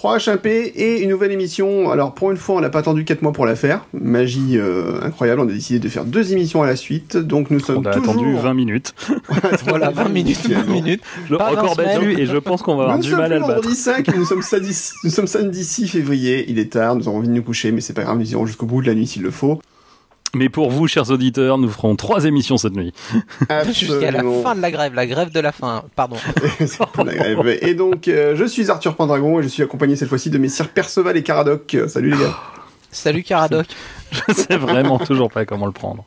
3H1P et une nouvelle émission. Alors pour une fois, on n'a pas attendu 4 mois pour la faire. Magie incroyable, on a décidé de faire 2 émissions à la suite. Donc nous sommes toujours... attendu 20 minutes. Voilà, 20 minutes. Le record battu et je pense qu'on va avoir du mal à le battre. Vendredi 5, nous sommes samedi 6 février. Il est tard, nous avons envie de nous coucher, mais c'est pas grave, nous irons jusqu'au bout de la nuit s'il le faut. Mais pour vous, chers auditeurs, nous ferons 3 émissions cette nuit. Jusqu'à la fin de la grève de la fin, pardon. La grève. Et donc, je suis Arthur Pendragon et je suis accompagné cette fois-ci de messieurs Perceval et Caradoc. Salut les gars. Salut Caradoc. Je sais vraiment toujours pas comment le prendre.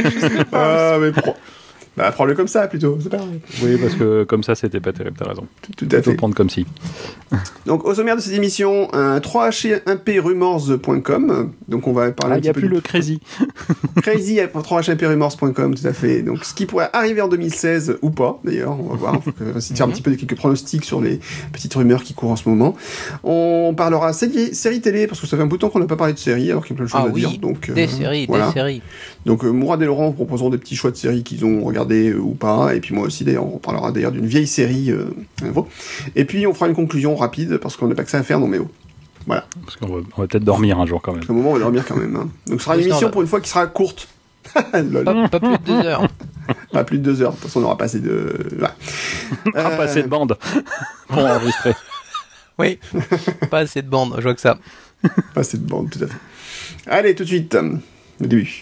Mais prends-le comme ça plutôt, c'est pas grave. Oui, parce que comme ça, c'était pas terrible, t'as raison. Tout à fait. Faut le prendre comme si. Donc, au sommaire de cette émission, 3h1prumors.com. Donc, on va parler un petit peu. Il n'y a plus le Crazy. Crazy à 3h1prumors.com, tout à fait. Donc, ce qui pourrait arriver en 2016 ou pas, d'ailleurs, on va voir. Il faut essayer de faire un petit peu quelques pronostics sur les petites rumeurs qui courent en ce moment. On parlera séries télé, parce que ça fait un bout de temps qu'on n'a pas parlé de séries, alors qu'il y a plein de choses à dire. Donc, des séries. Donc, Mourad et Laurent vous proposeront des petits choix de séries qu'ils ont regardé ou pas, et puis moi aussi d'ailleurs on parlera d'ailleurs d'une vieille série et puis on fera une conclusion rapide parce qu'on n'a pas que ça à faire dans Méo. Voilà. Parce qu'on va peut-être dormir un jour quand même. À un moment on va dormir quand même. Donc ce sera une émission pour une fois qui sera courte. pas plus de 2 heures. Pas plus de 2 heures, de toute façon on n'aura pas assez de... Pas assez de bandes pour enregistrer. Oui, pas assez de bandes, je vois que ça. Pas assez de bandes, tout à fait. Allez, tout de suite, le début.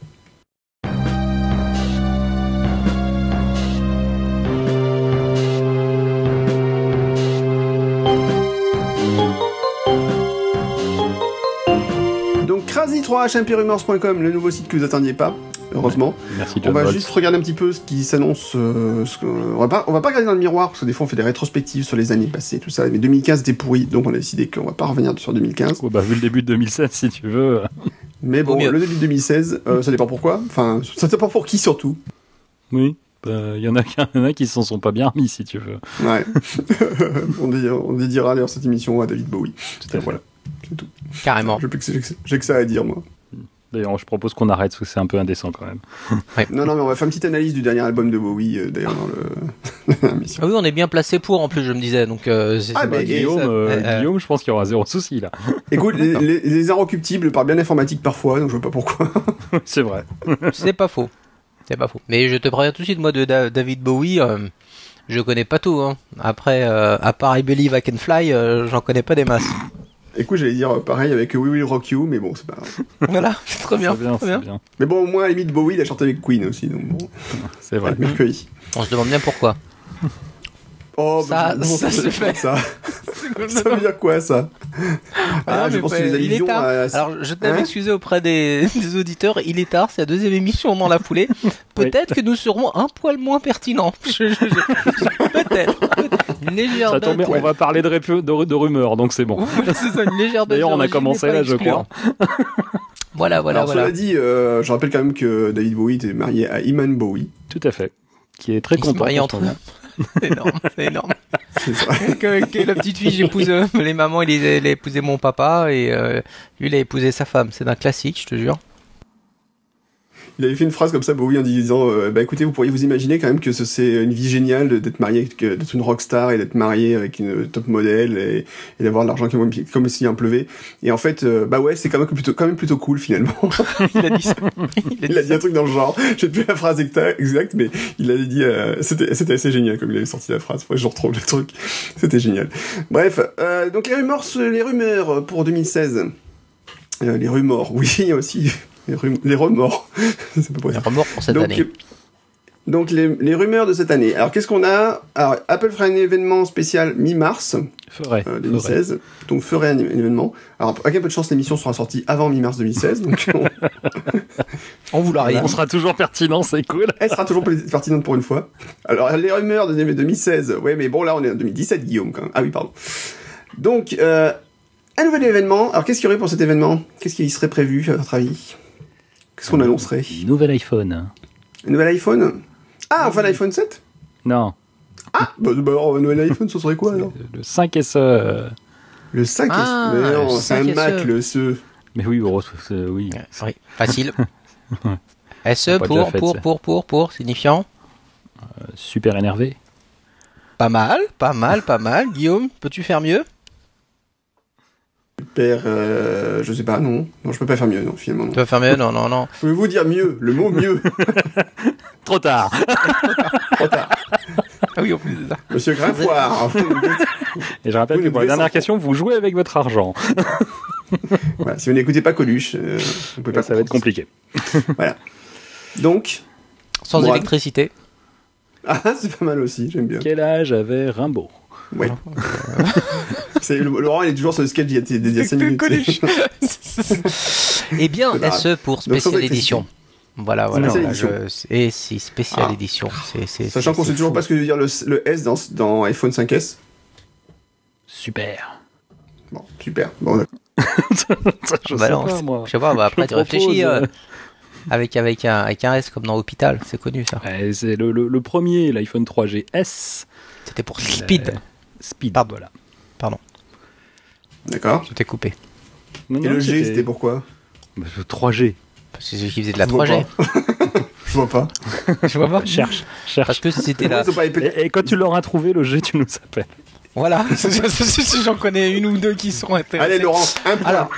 Crazy3hmprimors.com, le nouveau site que vous attendiez pas, heureusement. Merci John On va Bolt. juste regarder un petit peu ce qui s'annonce. On va pas regarder dans le miroir parce que des fois on fait des rétrospectives sur les années passées, tout ça. Mais 2015 était pourri, donc on a décidé qu'on va pas revenir sur 2015. Oh, vu le début de 2016, si tu veux. Mais bon, le début de 2016, ça dépend pourquoi. Enfin, ça dépend pour qui surtout. Oui. Il y en a qui s'en sont pas bien remis, si tu veux. Ouais. on dédiera d'ailleurs cette émission à David Bowie. Voilà. C'est tout. Carrément. J'ai que ça à dire, moi. D'ailleurs, je propose qu'on arrête, parce que c'est un peu indécent, quand même. Ouais. Non, mais on va faire une petite analyse du dernier album de Bowie, d'ailleurs, dans l'émission. Ah oui, on est bien placé pour, en plus, je me disais. Donc, Guillaume, je pense qu'il y aura zéro souci, là. Écoute, les inrecuptibles parlent bien d'informatique parfois, donc je vois pas pourquoi. C'est vrai. C'est pas faux. Mais je te préviens tout de suite, moi, de David Bowie, je connais pas tout. Hein. Après, à part I Believe I Can Fly, j'en connais pas des masses. Écoute, j'allais dire pareil avec We Will Rock You, mais bon, c'est pas grave. Voilà, c'est très bien. C'est bien. Mais bon, au moins, à la limite, Bowie, il a chanté avec Queen aussi, donc bon. C'est vrai. Mercury. On se demande bien pourquoi. Oh, ça se fait. Ça veut dire quoi, ça? Je pense que les allusions Alors, je t'avais excusé auprès des auditeurs, il est tard, c'est la deuxième émission dans la foulée. Peut-être que nous serons un poil moins pertinents. Peut-être. Une légère ça tombe bien, on va parler de rumeurs, donc c'est bon. Voilà, c'est ça, une légère D'ailleurs, on a commencé là, je crois. Voilà. Cela dit, je rappelle quand même que David Bowie était marié à Iman Bowie. Tout à fait. Qui est très content. C'est énorme. C'est ça. Que la petite fille, j'épouse les mamans, il a épousé mon papa et lui, il a épousé sa femme. C'est un classique, je te jure. Il avait fait une phrase comme ça, Bowie, en disant écoutez, vous pourriez vous imaginer quand même que c'est une vie géniale d'être marié, d'être une rockstar et d'être marié avec une top modèle et d'avoir de l'argent comme s'il en pleuvait. Et en fait, ouais, c'est quand même plutôt cool finalement. Il a dit ça. Il a dit un truc dans le genre. J'ai plus la phrase exacte, mais il avait dit c'était assez génial comme il avait sorti la phrase. Je retrouve le truc. C'était génial. Bref, donc les rumeurs pour 2016. Les rumeurs, oui, il y a aussi. Les remords. C'est pas possible. Les remords pour cette année. Donc les rumeurs de cette année. Alors qu'est-ce qu'on a? Alors Apple fera un événement spécial mi-mars 2016. Donc ferait un événement. Alors avec un peu de chance l'émission sera sortie avant mi-mars 2016. Donc on vous l'arrive. On sera toujours pertinent, c'est cool. Elle sera toujours pertinente pour une fois. Alors les rumeurs de 2016. Ouais, mais bon là on est en 2017, Guillaume quand même. Ah oui, pardon. Donc un nouvel événement. Alors qu'est-ce qu'il y aurait pour cet événement? Qu'est-ce qui serait prévu à votre avis? Qu'est-ce qu'on annoncerait? Nouvel iPhone. Un nouvel iPhone? Ah, enfin l'iPhone 7? Non. Ah, alors, un nouvel iPhone, ce serait quoi alors? Le 5SE. Le 5SE? Mais non, c'est un Mac, le SE. Mais oui, oui. Oui, facile. SE pour, signifiant? Super énervé. Pas mal. Guillaume, peux-tu faire mieux? super, je sais pas, non, je peux pas faire mieux, non, finalement. Non. Tu vas faire mieux? Non. Pouvez-vous dire mieux, le mot mieux? Trop tard. Trop tard. Ah oui, en plus de ça. Monsieur Grimpoire. Et je rappelle Vous que ne pour la pouvez dernière sans- question, vous jouez avec votre argent. Voilà, si vous n'écoutez pas Coluche, on peut pas. Ça va être compliqué. Voilà. Donc, Sans Mourad. électricité. ah, c'est pas mal aussi, j'aime bien. Quel âge avait Rimbaud? Ouais. Laurent, il est toujours sur le sketch d'il y a 5 minutes. Coluche. Eh bien, C'est pas grave. SE pour Donc, sans spéciale électricité. édition. Voilà. Spéciale voilà, édition. Et si, spéciale Ah. édition. Sachant qu'on sait toujours pas ce que veut dire le S dans iPhone 5S. Super. Bon, super. Bon, d'accord. Je Bah sais non, pas, moi. je sais pas, bah après Je tu propose, réfléchis avec un S comme dans Hôpital, c'est connu ça. Ouais, c'est le premier, l'iPhone 3GS. C'était pour Speed. Speed, Pardon. voilà. D'accord. Je t'ai coupé. Non, Et le G, c'était pourquoi? Bah, 3G. Parce que c'est celui qui faisait de la Je vois 3G. Je vois pas. Je vois pas. Cherche. Parce que c'était Pourquoi là. ils ont pas épais- Et quand tu l'auras trouvé, le G, tu nous appelles. Voilà. J'en connais une ou deux qui sont intéressés. Allez, Laurent, un point. Alors.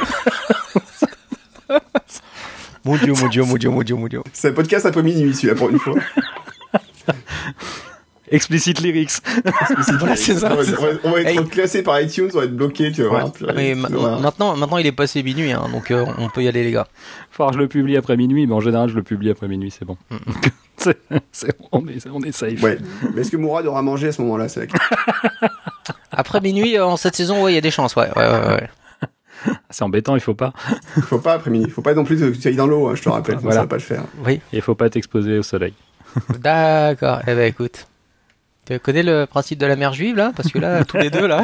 Mon Dieu. C'est un podcast après minuit, celui-là, pour une fois. Explicit lyrics. Voilà, c'est ça. On va être Hey. classé par iTunes, on va être bloqué, tu vas voir. Mais Tu vas voir. maintenant il est passé minuit, hein, donc on peut y aller les gars. Faut que je le publie après minuit, mais en général, je le publie après minuit, c'est bon. On est safe. Ouais. Mais est-ce que Mourad aura mangé à ce moment-là? C'est la question. Après minuit en cette saison, ouais, il y a des chances, ouais. C'est embêtant, il faut pas. Faut pas après minuit. Faut pas non plus que tu ailles dans l'eau, hein, je te rappelle. Voilà. Ça va pas le faire. Oui. Il faut pas t'exposer au soleil. D'accord. Eh ben écoute. Tu connais le principe de la mère juive là? Parce que là, tous les deux là,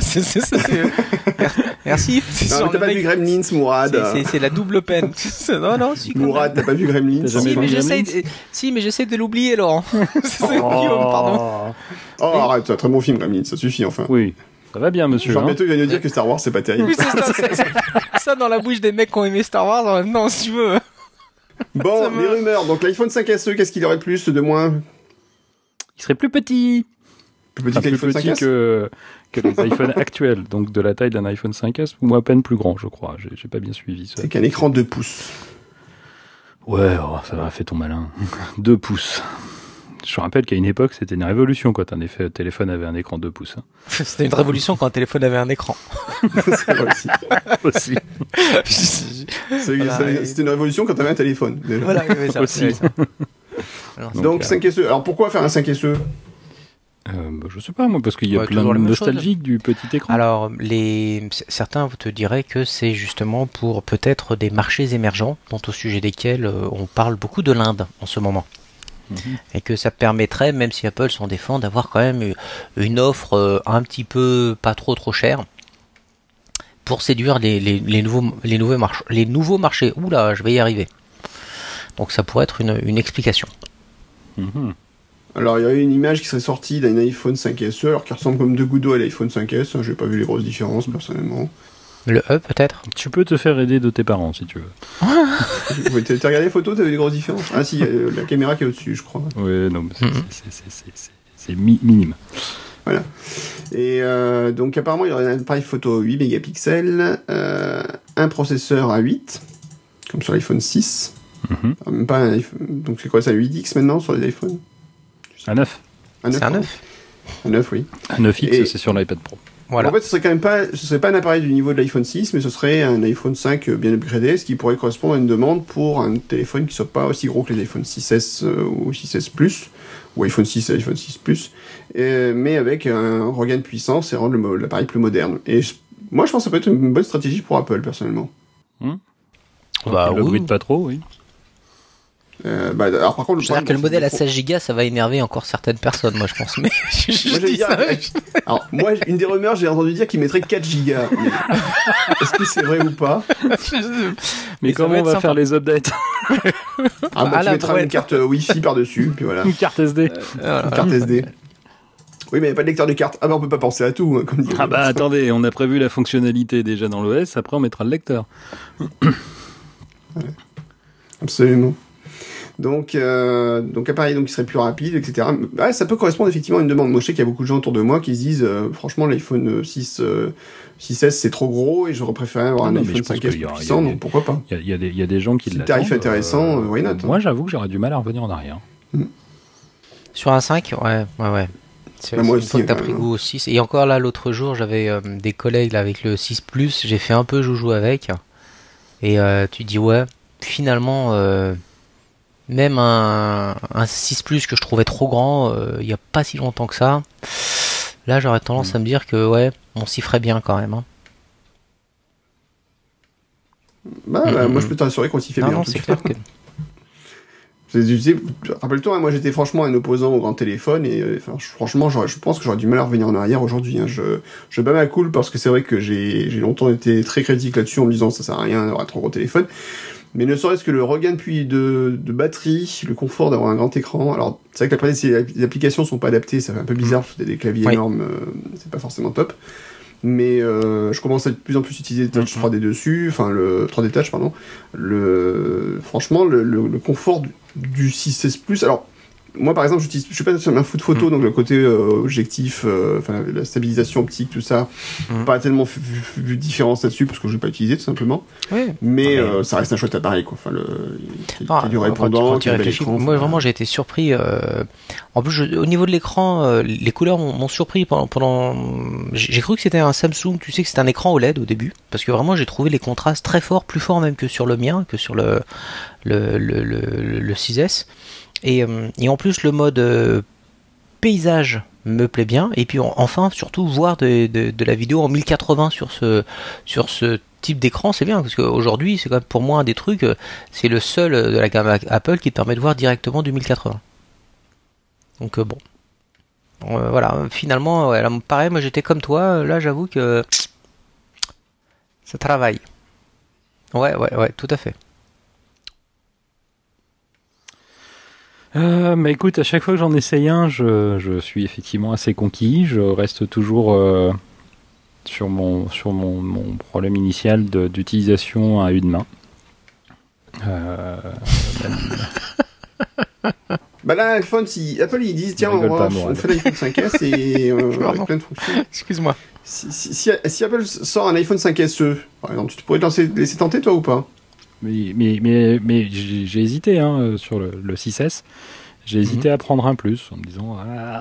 Merci. C'est Non, sur mais t'as le pas mec- vu Gremlins, Mourad. c'est la double peine. Non, si. quand même. Mourad, t'as pas vu Gremlins? T'as jamais Si, mais vu j'essaie, Gremlins si, mais j'essaie de l'oublier, Laurent. C'est Guillaume, pardon. Oh, arrête, c'est un très bon film, Gremlins, ça suffit enfin. Oui, ça va bien, monsieur. Genre hein. bientôt il va nous dire que Star Wars c'est pas terrible. Oui, c'est ça, ça dans la bouche des mecs qui ont aimé Star Wars. En même temps, si tu veux. Bon, Ça me- les rumeurs. Donc l'iPhone 5SE, qu'est-ce qu'il y aurait de plus, de moins? Il serait plus petit. Plus petit Enfin, que plus l'iPhone petit 5S? que les iPhones actuels, donc de la taille d'un iPhone 5S, ou à peine plus grand, je crois. J'ai pas bien suivi ça. C'est qu'un écran 2 pouces. Ouais, oh, ça va, fais ton malin. 2 pouces. Je rappelle qu'à une époque, c'était une révolution quand un téléphone avait un écran 2 pouces. Hein. C'était une révolution quand un téléphone avait un écran. C'est vrai aussi. Aussi. Voilà, C'était une révolution quand t'avais un téléphone. Déjà. Voilà, il y avait ça. Aussi. il y avait ça. Alors, Donc 5SE. Alors pourquoi faire un 5SE? Bah, je sais pas, moi, parce qu'il y a Ouais, plein toujours de la même chose. nostalgique du petit écran. Alors, certains te diraient que c'est justement pour peut-être des marchés émergents, dont au sujet desquels on parle beaucoup de l'Inde en ce moment. Et que ça permettrait, même si Apple s'en défend, d'avoir quand même une offre un petit peu pas trop chère pour séduire les nouveaux marchés. Oula, je vais y arriver. Donc ça pourrait être une explication. Mhm. Alors il y a une image qui serait sortie d'un iPhone 5SE, alors qui ressemble comme deux gouttes d'eau à l'iPhone 5S. J'ai pas vu les grosses différences personnellement. Le E peut-être. Tu peux te faire aider de tes parents si tu veux. Ouais, t'as regardé les photos, t'as vu les grosses différences? Ah si, la caméra qui est au-dessus, je crois. Ouais, non, mais c'est minime. Voilà. Et donc apparemment il y aurait un appareil photo 8 mégapixels, un processeur à 8, comme sur l'iPhone 6. Mhm. Ah, même pas un iPhone... Donc c'est quoi ça, 8X maintenant sur les iPhones? Un 9. Un 9, C'est un pardon. 9. Un 9, oui. Un 9X, Et- c'est sur l'iPad Pro. Voilà. En fait, ce serait quand même pas, ce serait pas un appareil du niveau de l'iPhone 6, mais ce serait un iPhone 5 bien upgradé, ce qui pourrait correspondre à une demande pour un téléphone qui soit pas aussi gros que les iPhone 6S ou 6S Plus, ou iPhone 6 et iPhone 6 Plus, mais avec un regain de puissance et rendre l'appareil plus moderne. Et moi, je pense que ça peut être une bonne stratégie pour Apple, personnellement. Bah, le oui. bruit de pas trop, oui. Alors par contre, C'est-à-dire que le modèle à 16 Go, ça va énerver encore certaines personnes, moi je pense. Mais je j'allais dis dire, ça. alors, moi, une des rumeurs, j'ai entendu dire qu'il mettrait 4 gigas. Mais est-ce que c'est vrai ou pas? Mais ça comment va on être va sympa. faire les updates? Ah bah, Ah, tu la mettras une brouette. carte Wi-Fi par-dessus, puis voilà. Une carte SD. Voilà. Une carte SD. Oui, mais il n'y a pas de lecteur de carte. Ah bah, on peut pas penser à tout, hein, comme dit. Ah bah attendez, on a prévu la fonctionnalité déjà dans l'OS, après on mettra le lecteur. Absolument. Donc appareil donc qui serait plus rapide, etc. Ouais, ça peut correspondre effectivement à une demande. Moi, je sais qu'il y a beaucoup de gens autour de moi qui se disent, franchement, l'iPhone 6S c'est trop gros et j'aurais préféré avoir un iPhone 5S plus puissant, donc pourquoi pas. Il y a des gens qui l'attendent. Si le tarif est intéressant, why not. Moi, j'avoue que j'aurais du mal à revenir en arrière. Sur un 5, ouais. C'est moi une aussi, fois que t'as pris goût au 6. Et encore là, l'autre jour, j'avais des collègues là, avec le 6 Plus, j'ai fait un peu joujou avec. Et tu dis, ouais, finalement, même un 6 Plus que je trouvais trop grand, il n'y a pas si longtemps que ça, là j'aurais tendance à me dire que, ouais, on s'y ferait bien quand même. Hein. Moi je peux t'assurer qu'on s'y fait bien. Non, c'est clair que... Tu sais, rappelle-toi, moi j'étais franchement un opposant au grand téléphone et franchement je pense que j'aurais du mal à revenir en arrière aujourd'hui. Hein. Je bats ma cool parce que c'est vrai que j'ai longtemps été très critique là-dessus en me disant ça sert à rien d'avoir un trop gros téléphone. Mais ne serait-ce que le regain de batterie, le confort d'avoir un grand écran. Alors c'est vrai que la plupart des applications sont pas adaptées, ça fait un peu bizarre, parce que des claviers énormes, c'est pas forcément top. Mais je commence à de plus en plus utiliser le Touch 3D dessus, enfin le 3D Touch pardon. Franchement le confort du 6S Plus. Alors moi par exemple je suis pas sur un foot photo, donc le côté objectif, la stabilisation optique, tout ça, pas tellement vu différence là-dessus parce que je vais pas utiliser tout simplement. Oui. Mais ça reste un chouette appareil quoi. Enfin qui a du répondant, qui a un bel écran. Moi vraiment j'ai été surpris. En plus au niveau de l'écran, les couleurs m'ont surpris pendant. J'ai cru que c'était un Samsung. Tu sais que c'était un écran OLED au début parce que vraiment j'ai trouvé les contrastes très forts, plus forts même que sur le mien, que sur le 6S. Et en plus le mode paysage me plaît bien, et puis enfin surtout voir de la vidéo en 1080 sur ce type d'écran, c'est bien, parce qu'aujourd'hui c'est quand même pour moi un des trucs, c'est le seul de la gamme Apple qui te permet de voir directement du 1080. Donc bon, voilà, finalement là, pareil, moi j'étais comme toi, là j'avoue que ça travaille. Ouais, tout à fait. Écoute, à chaque fois que j'en essaye un, je suis effectivement assez conquis. Je reste toujours sur mon problème initial d'utilisation à une main. Là, iPhone, si Apple ils disent tiens on fait l'iPhone 5S et avec plein de fonctions. Excuse-moi. Si Apple sort un iPhone 5SE, par exemple, tu pourrais te laisser tenter toi ou pas? Mais j'ai hésité sur le 6S. J'ai hésité à prendre un plus en me disant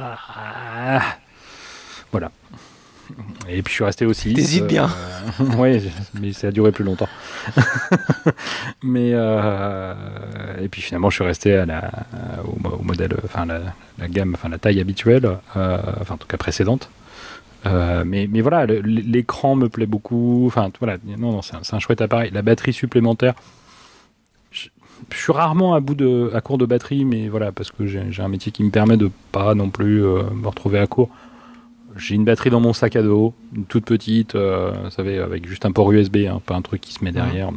voilà. Et puis je suis resté aussi. T'hésites bien. Oui, mais ça a duré plus longtemps. Mais et puis finalement je suis resté au modèle, la gamme, la taille habituelle, en tout cas précédente. Mais voilà, l'écran me plaît beaucoup. Enfin voilà, non, c'est un chouette appareil. La batterie supplémentaire. Je suis rarement à court de batterie, mais voilà, parce que j'ai un métier qui me permet de pas non plus me retrouver à court. J'ai une batterie dans mon sac à dos, une toute petite, vous savez, avec juste un port USB, pas un truc qui se met derrière.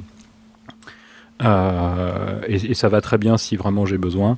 Et ça va très bien si vraiment j'ai besoin.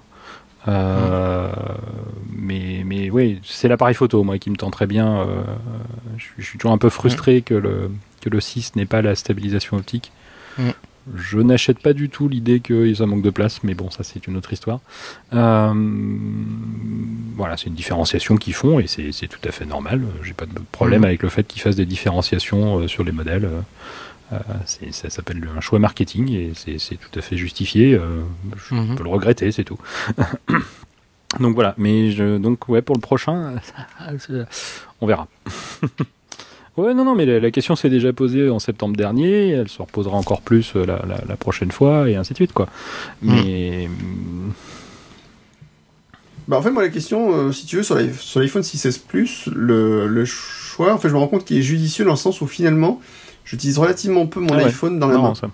Mais oui, c'est l'appareil photo, moi, qui me tend très bien. Je suis toujours un peu frustré que le 6 n'ait pas la stabilisation optique. Je n'achète pas du tout l'idée que ça manque de place, mais bon, ça c'est une autre histoire. Voilà, c'est une différenciation qu'ils font et c'est tout à fait normal. J'ai pas de problème avec le fait qu'ils fassent des différenciations sur les modèles. Ça s'appelle un choix marketing et c'est tout à fait justifié. Je peux le regretter, c'est tout. Donc voilà, mais pour le prochain, on verra. Ouais, non, mais la question s'est déjà posée en septembre dernier, elle se reposera encore plus la prochaine fois, et ainsi de suite, quoi. Mais... en fait, moi, la question, si tu veux, sur l'iPhone 6S Plus, le choix, en fait, je me rends compte qu'il est judicieux dans le sens où, finalement, j'utilise relativement peu mon iPhone dans la main. Ça.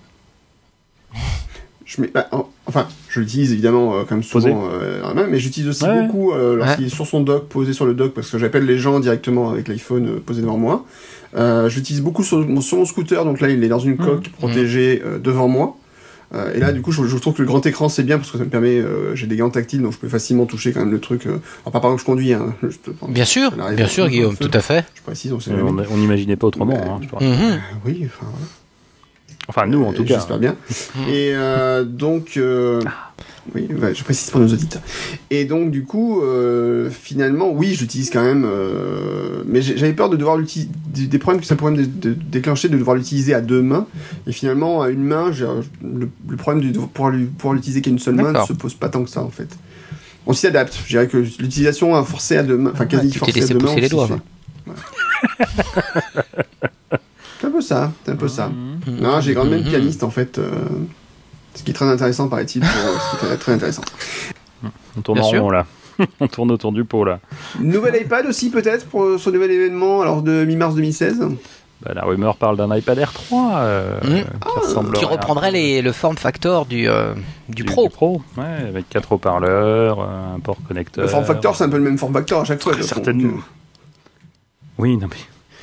Je l'utilise évidemment quand même souvent dans la main, mais j'utilise aussi beaucoup lorsqu'il est sur son dock, posé sur le dock, parce que j'appelle les gens directement avec l'iPhone posé devant moi. J'utilise beaucoup sur mon scooter, donc là il est dans une coque protégée devant moi. Et là du coup je trouve que le grand écran c'est bien parce que ça me permet, j'ai des gants tactiles donc je peux facilement toucher quand même le truc. Alors pas pendant que je conduis. Bien sûr Guillaume, tout à fait. Je précise, on n'imaginait pas autrement. Je oui, enfin voilà. Enfin, nous, en tout cas. J'espère bien. Et donc... oui, je précise pour nos auditeurs. Et donc, du coup, finalement, oui, je l'utilise quand même, mais j'avais peur de devoir l'utiliser, des problèmes que ça pourrait me déclencher, de devoir l'utiliser à deux mains. Et finalement, à une main, le problème de pouvoir l'utiliser qu'à une seule main ne se pose pas tant que ça, en fait. On s'y adapte. Je dirais que l'utilisation forcée à deux mains, enfin quasi forcée à deux mains, on les doigts. C'est un peu ça, Non, j'ai grand-mère pianiste, en fait. Ce qui est très intéressant, paraît-il, ce qui est très intéressant. On tourne en rond, là. On tourne autour du pot, là. Nouvel iPad aussi, peut-être, pour ce nouvel événement, alors de mi-mars 2016. Bah, la rumeur parle d'un iPad Air 3 qui reprendrait le form factor du Pro. Du Pro, ouais, avec 4 haut-parleurs, un port connecteur. Le form factor, c'est un peu le même form factor à chaque fois. Certainement. Oui, non mais...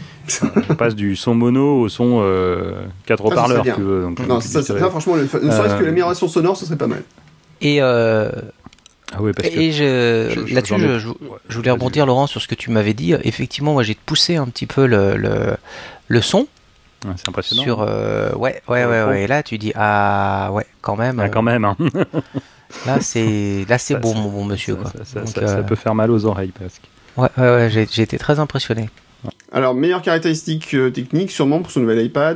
On passe du son mono au son 4 haut-parleurs, tu veux. Donc, non, ça, franchement, ne serait-ce que l'amélioration sonore, ce serait pas mal. Et ah oui, parce que là-dessus, je voulais rebondir, Laurent, sur ce que tu m'avais dit. Effectivement, moi, j'ai poussé un petit peu le son. Ouais, c'est impressionnant. Sur, ouais. Et là, tu dis, ouais, quand même. Ah, quand même, hein. Là, c'est beau, mon bon monsieur. Ça peut faire mal aux oreilles, presque. Ouais, j'ai été très impressionné. Alors, meilleure caractéristique technique, sûrement, pour ce nouvel iPad.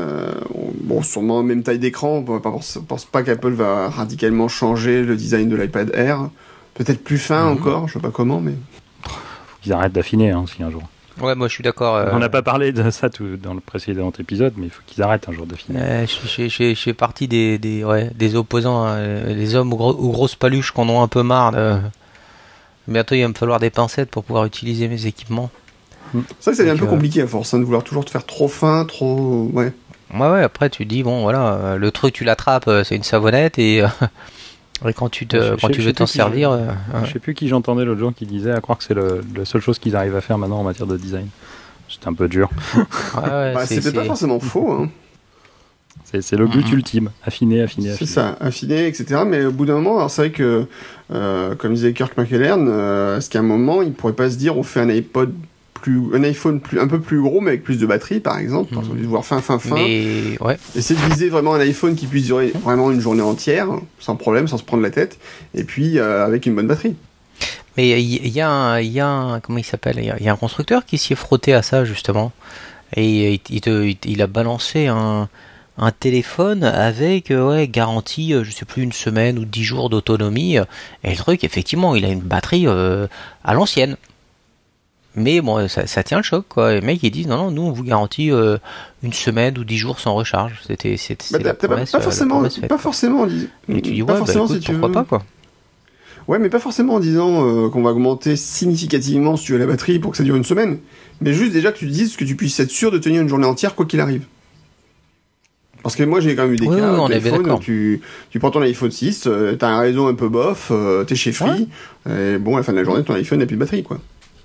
Bon, sûrement même taille d'écran. On pense pas qu'Apple va radicalement changer le design de l'iPad Air. Peut-être plus fin encore, je sais pas comment, mais... Faut qu'ils arrêtent d'affiner, aussi, un jour. Ouais, moi, je suis d'accord. On n'a pas parlé de ça dans le précédent épisode, mais il faut qu'ils arrêtent un jour d'affiner. Je fais partie des opposants, les hommes aux grosses paluches qu'on en a un peu marre. Bientôt, il va me falloir des pincettes pour pouvoir utiliser mes équipements. C'est vrai que ça devient un peu compliqué à force de vouloir toujours te faire trop fin, trop... Ouais, après tu dis, bon voilà, le truc tu l'attrapes, c'est une savonnette et quand tu veux t'en servir... Je sais plus qui j'entendais l'autre jour qui disait à croire que c'est la seule chose qu'ils arrivent à faire maintenant en matière de design. C'était un peu dur. C'est peut-être pas forcément faux, hein. C'est le but ultime, affiner. C'est ça, affiner, etc. Mais au bout d'un moment, alors c'est vrai que, comme disait Kirk McElern, est-ce qu'à un moment, il pourrait pas se dire, on fait un iPhone un peu plus gros, mais avec plus de batterie, par exemple, parce qu'on veut voir fin. Mais, ouais. Essayer de viser vraiment un iPhone qui puisse durer vraiment une journée entière, sans problème, sans se prendre la tête, et puis avec une bonne batterie. Mais il y a un comment il s'appelle, il y a un constructeur qui s'y est frotté à ça, justement. Et il a balancé un téléphone avec garantie, je sais plus, 1 semaine ou 10 jours d'autonomie. Et le truc, effectivement, il a une batterie à l'ancienne. Mais bon, ça tient le choc, quoi. Les mecs, ils disent, non, nous, on vous garantit 1 semaine ou 10 jours sans recharge. C'était la promesse, pas forcément en disant... Et tu dis, écoute, pourquoi pas, quoi. Ouais, mais pas forcément en disant qu'on va augmenter significativement, si tu veux, la batterie pour que ça dure 1 semaine. Mais juste déjà que tu dises que tu puisses être sûr de tenir une journée entière, quoi qu'il arrive. Parce que moi, j'ai quand même eu des cas d'iPhone où tu prends ton iPhone 6, t'as un réseau un peu bof, t'es chez Free, et bon, à la fin de la journée, ton iPhone n'a plus de batterie, quoi.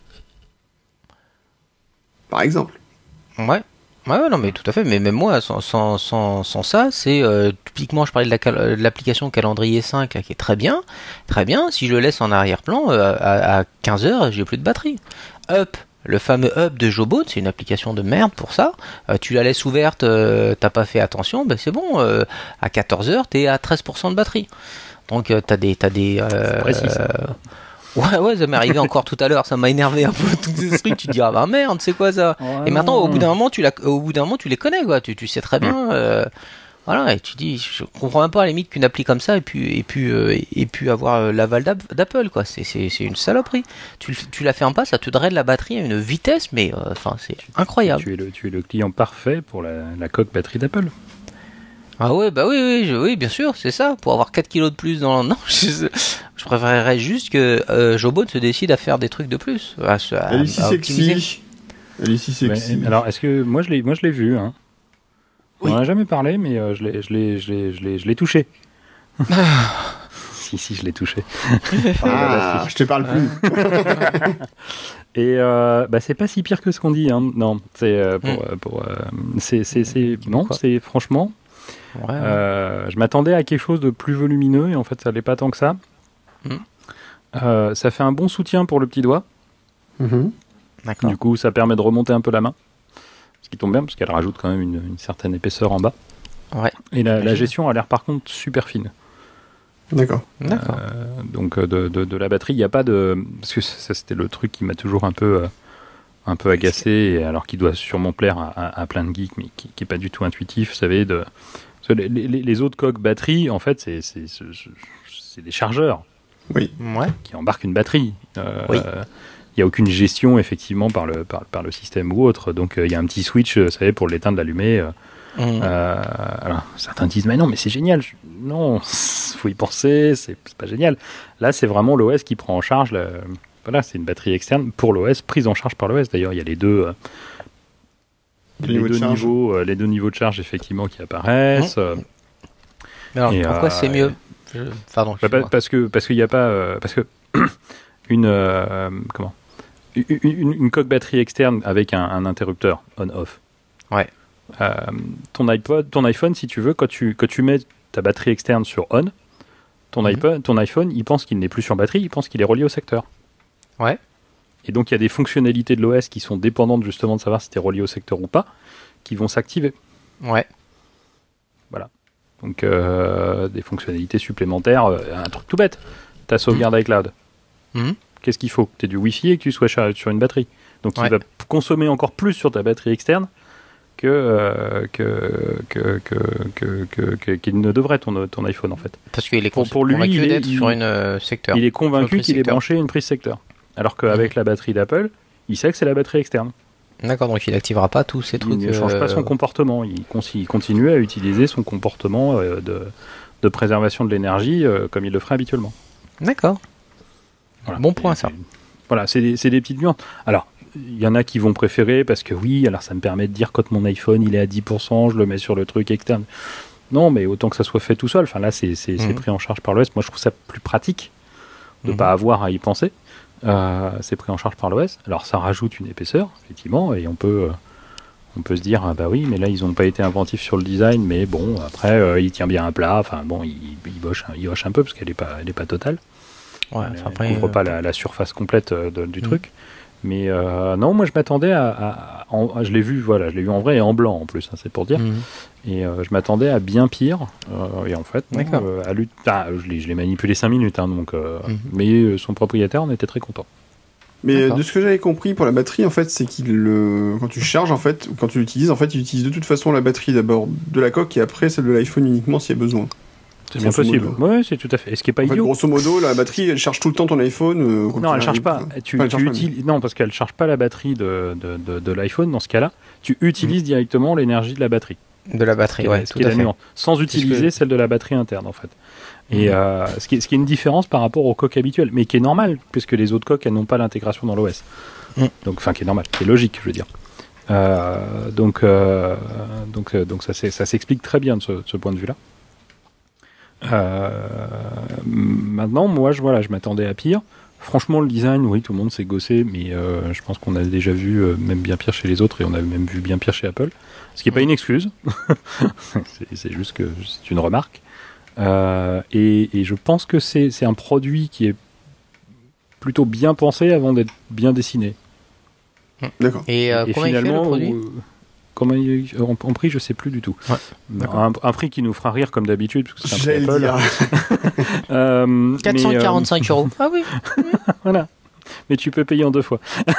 Par exemple. Ouais, non, mais tout à fait. Mais même moi, sans ça, c'est typiquement, je parlais de l'application Calendrier 5 là, qui est très bien. Si je le laisse en arrière-plan, à 15h, j'ai plus de batterie. Up, le fameux Up de Jobot, c'est une application de merde pour ça. Tu la laisses ouverte, t'as pas fait attention, ben c'est bon. À 14h, t'es à 13% de batterie. Donc t'as des c'est précis, ça. Ouais, ça m'est arrivé encore tout à l'heure, ça m'a énervé un peu tous ces trucs. Tu te dis ah bah merde, c'est quoi ça? Ouais, et maintenant au bout d'un moment tu les connais, quoi. Tu sais très bien. Voilà, et tu dis je comprends même pas à la limite qu'une appli comme ça et puis avoir l'aval d'Apple, quoi. C'est une saloperie. Tu la fermes pas, ça te draine la batterie à une vitesse, mais c'est incroyable. Tu es le client parfait pour la coque batterie d'Apple. Ah ouais, bah oui, bien sûr, c'est ça. Pour avoir 4 kilos de plus dans... Non, je préférerais juste que Jobot se décide à faire des trucs de plus. Elle est si sexy. Mais, alors, est-ce que... Moi, je l'ai vu, hein. Oui. On en a jamais parlé, mais je l'ai touché. si, je l'ai touché. Je te parle plus. Et c'est pas si pire que ce qu'on dit, hein. Non, c'est non, c'est franchement... Ouais. Je m'attendais à quelque chose de plus volumineux et en fait ça l'est pas tant que ça. Ça fait un bon soutien pour le petit doigt. D'accord. Du coup ça permet de remonter un peu la main, ce qui tombe bien parce qu'elle rajoute quand même une certaine épaisseur en bas. Ouais. Et la gestion a l'air par contre super fine. D'accord. Donc de la batterie, il n'y a pas de... Parce que ça c'était le truc qui m'a toujours un peu agacé, alors qu'il doit sûrement plaire à plein de geeks, mais qui n'est pas du tout intuitif, vous savez. Les autres coques batterie, en fait, c'est des chargeurs qui embarquent une batterie. Il n'y a aucune gestion, effectivement, par le système ou autre. Donc, il y a un petit switch, vous savez, pour l'éteindre, l'allumer. Alors, certains disent, mais non, mais c'est génial. Non, faut y penser, c'est pas génial. Là, c'est vraiment l'OS qui prend en charge. Voilà, c'est une batterie externe pour l'OS, prise en charge par l'OS. D'ailleurs, il y a les deux niveaux de charge, effectivement, qui apparaissent. Alors, pourquoi c'est mieux Pardon. Parce qu'il n'y a pas... parce que une coque batterie externe avec un interrupteur on-off. Ouais. Ton iPhone, si tu veux, quand tu mets ta batterie externe sur on, ton iPhone, il pense qu'il n'est plus sur batterie, il pense qu'il est relié au secteur. Ouais. Et donc il y a des fonctionnalités de l'OS qui sont dépendantes justement de savoir si tu es relié au secteur ou pas, qui vont s'activer. Ouais. Voilà. Donc des fonctionnalités supplémentaires, un truc tout bête. Ta sauvegarde iCloud. Qu'est-ce qu'il faut ? Que tu aies du Wi-Fi et que tu sois sur une batterie. Donc il va consommer encore plus sur ta batterie externe qu'il ne devrait ton iPhone en fait. Parce qu'il est convaincu d'être sur une secteur. Il est convaincu qu'il est branché une prise secteur. Alors qu'avec la batterie d'Apple, il sait que c'est la batterie externe. D'accord, donc il n'activera pas tous ces trucs. Il ne change pas son comportement. Il continue à utiliser son comportement de préservation de l'énergie comme il le ferait habituellement. D'accord. Voilà. Bon point, ça. Voilà, c'est des petites nuances. Alors, il y en a qui vont préférer parce que oui, alors ça me permet de dire quand mon iPhone il est à 10%, je le mets sur le truc externe. Non, mais autant que ça soit fait tout seul. Enfin là, c'est pris en charge par l'OS. Moi, je trouve ça plus pratique de ne pas avoir à y penser. C'est pris en charge par l'OS. Alors ça rajoute une épaisseur, effectivement, et on peut se dire, ah bah oui, mais là ils n'ont pas été inventifs sur le design, mais bon, après il tient bien un plat, enfin bon, il bosse un peu parce qu'elle est pas totale. Ouais, elle ne couvre pas la surface complète du truc. Mais non, moi je m'attendais je l'ai vu en vrai et en blanc en plus, hein, c'est pour dire. Et je m'attendais à bien pire. Et en fait, je l'ai manipulé 5 minutes, hein, donc. Mais son propriétaire en était très content. Mais de ce que j'avais compris pour la batterie, en fait, c'est quand tu charges, en fait, ou quand tu l'utilises, en fait, il utilise de toute façon la batterie d'abord de la coque et après celle de l'iPhone uniquement s'il y a besoin. C'est bien possible. Oui, c'est tout à fait. Et ce qui est pas idiot. Grosso modo, la batterie, elle charge tout le temps ton iPhone. Non, elle charge pas. Non, parce qu'elle charge pas la batterie de l'iPhone dans ce cas-là. Tu utilises directement l'énergie de la batterie. De la batterie, ouais, tout à fait. Sans utiliser celle de la batterie interne, en fait. Et ce qui est une différence par rapport aux coques habituelles, mais qui est normal, puisque les autres coques, elles n'ont pas l'intégration dans l'OS. Donc, enfin, qui est normal, qui est logique, je veux dire. Donc ça s'explique très bien de ce point de vue-là. Maintenant, moi, je m'attendais à pire. Franchement, le design, oui, tout le monde s'est gossé, mais je pense qu'on a déjà vu même bien pire chez les autres et on a même vu bien pire chez Apple. Ce qui n'est pas une excuse, c'est juste que c'est une remarque. Et je pense que c'est un produit qui est plutôt bien pensé avant d'être bien dessiné. D'accord. Et comment finalement, il fait le produit en prix, je sais plus du tout. Ouais, un prix qui nous fera rire comme d'habitude, parce que c'est un prix Apple. 445 €. Ah oui. Voilà. Mais tu peux payer en 2 fois.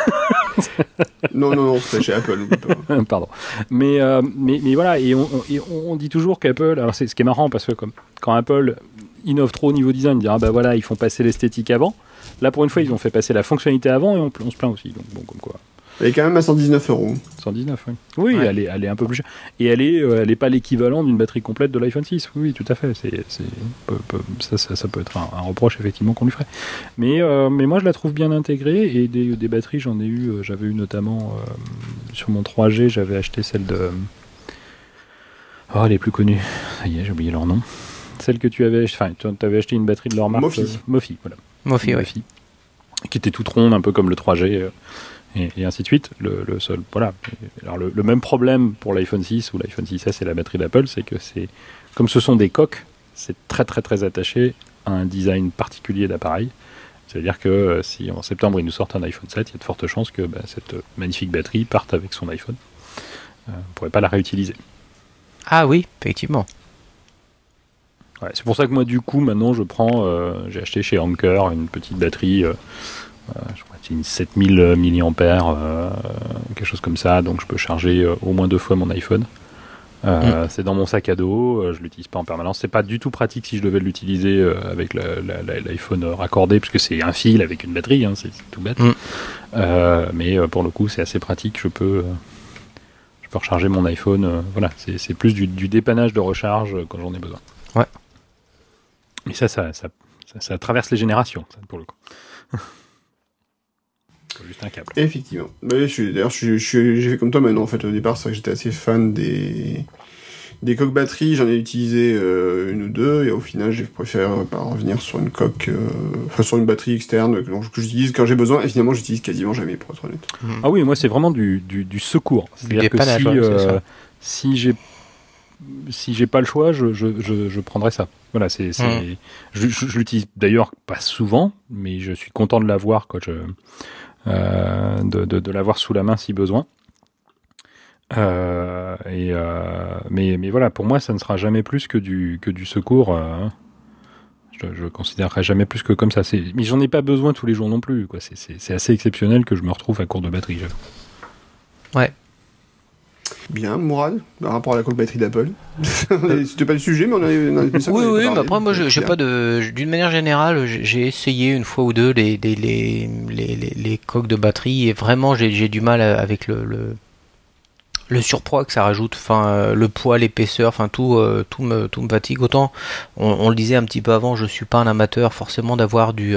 non, c'est chez Apple. Pardon. Mais voilà, et on dit toujours qu'Apple, alors c'est ce qui est marrant, parce que quand Apple innove trop au niveau design, dire voilà, ils font passer l'esthétique avant. Là, pour une fois, ils ont fait passer la fonctionnalité avant et on se plaint aussi. Donc bon, comme quoi. Elle est quand même à 119 €. 119, oui. Oui, ouais. Elle est un peu plus chère. Et elle est pas l'équivalent d'une batterie complète de l'iPhone 6. Oui, tout à fait. Ça peut être un reproche, effectivement, qu'on lui ferait. Mais moi, je la trouve bien intégrée. Et des batteries, j'avais eu notamment sur mon 3G, j'avais acheté celle de... Oh, les plus connues. Ça y est, j'ai oublié leur nom. Celle que tu avais... Enfin, tu avais acheté une batterie de leur marque. Mofi, voilà. Mofi, oui. Qui était toute ronde, un peu comme le 3G... Et ainsi de suite. Le seul, voilà. Alors le même problème pour l'iPhone 6 ou l'iPhone 6S et la batterie d'Apple, c'est que comme ce sont des coques, c'est très très très attaché à un design particulier d'appareil. C'est-à-dire que si en septembre ils nous sortent un iPhone 7, il y a de fortes chances que cette magnifique batterie parte avec son iPhone. On ne pourrait pas la réutiliser. Ah oui, effectivement. Ouais, c'est pour ça que moi, du coup, maintenant, je prends... j'ai acheté chez Anker une petite batterie, je crois que c'est une 7000 mAh, quelque chose comme ça, donc je peux charger au moins 2 fois mon iPhone. C'est dans mon sac à dos, je l'utilise pas en permanence. C'est pas du tout pratique si je devais l'utiliser avec l'iPhone raccordé, puisque c'est un fil avec une batterie, hein, c'est tout bête. Mais pour le coup, c'est assez pratique. Je peux recharger mon iPhone. Voilà, c'est plus du dépannage de recharge quand j'en ai besoin. Ouais. Mais ça traverse les générations, ça, pour le coup. C'est juste un câble. Effectivement. D'ailleurs, j'ai fait comme toi maintenant. En fait, au départ, c'est vrai que j'étais assez fan des coques batteries. J'en ai utilisé une ou deux, et au final, j'ai préféré revenir sur une coque, sur une batterie externe que j'utilise quand j'ai besoin. Et finalement, j'utilise quasiment jamais, pour être honnête. Ah oui, moi, c'est vraiment du secours. C'est-à-dire que si j'ai pas le choix, je prendrais ça. Voilà, je l'utilise d'ailleurs pas souvent, mais je suis content de l'avoir quand de l'avoir sous la main si besoin. Mais voilà, pour moi, ça ne sera jamais plus que du secours. Je considérerai jamais plus que comme ça. Mais j'en ai pas besoin tous les jours non plus, quoi. C'est assez exceptionnel que je me retrouve à court de batterie. Ouais. Bien, Mourad, par rapport à la coque batterie d'Apple. C'était pas le sujet, mais on a ça. Oui, mais après, moi, j'ai pas d'une manière générale, j'ai essayé une fois ou deux les coques de batterie, et vraiment, j'ai du mal avec le surpoids que ça rajoute, enfin, le poids, l'épaisseur, enfin, tout me fatigue. Autant, on le disait un petit peu avant, je suis pas un amateur forcément d'avoir du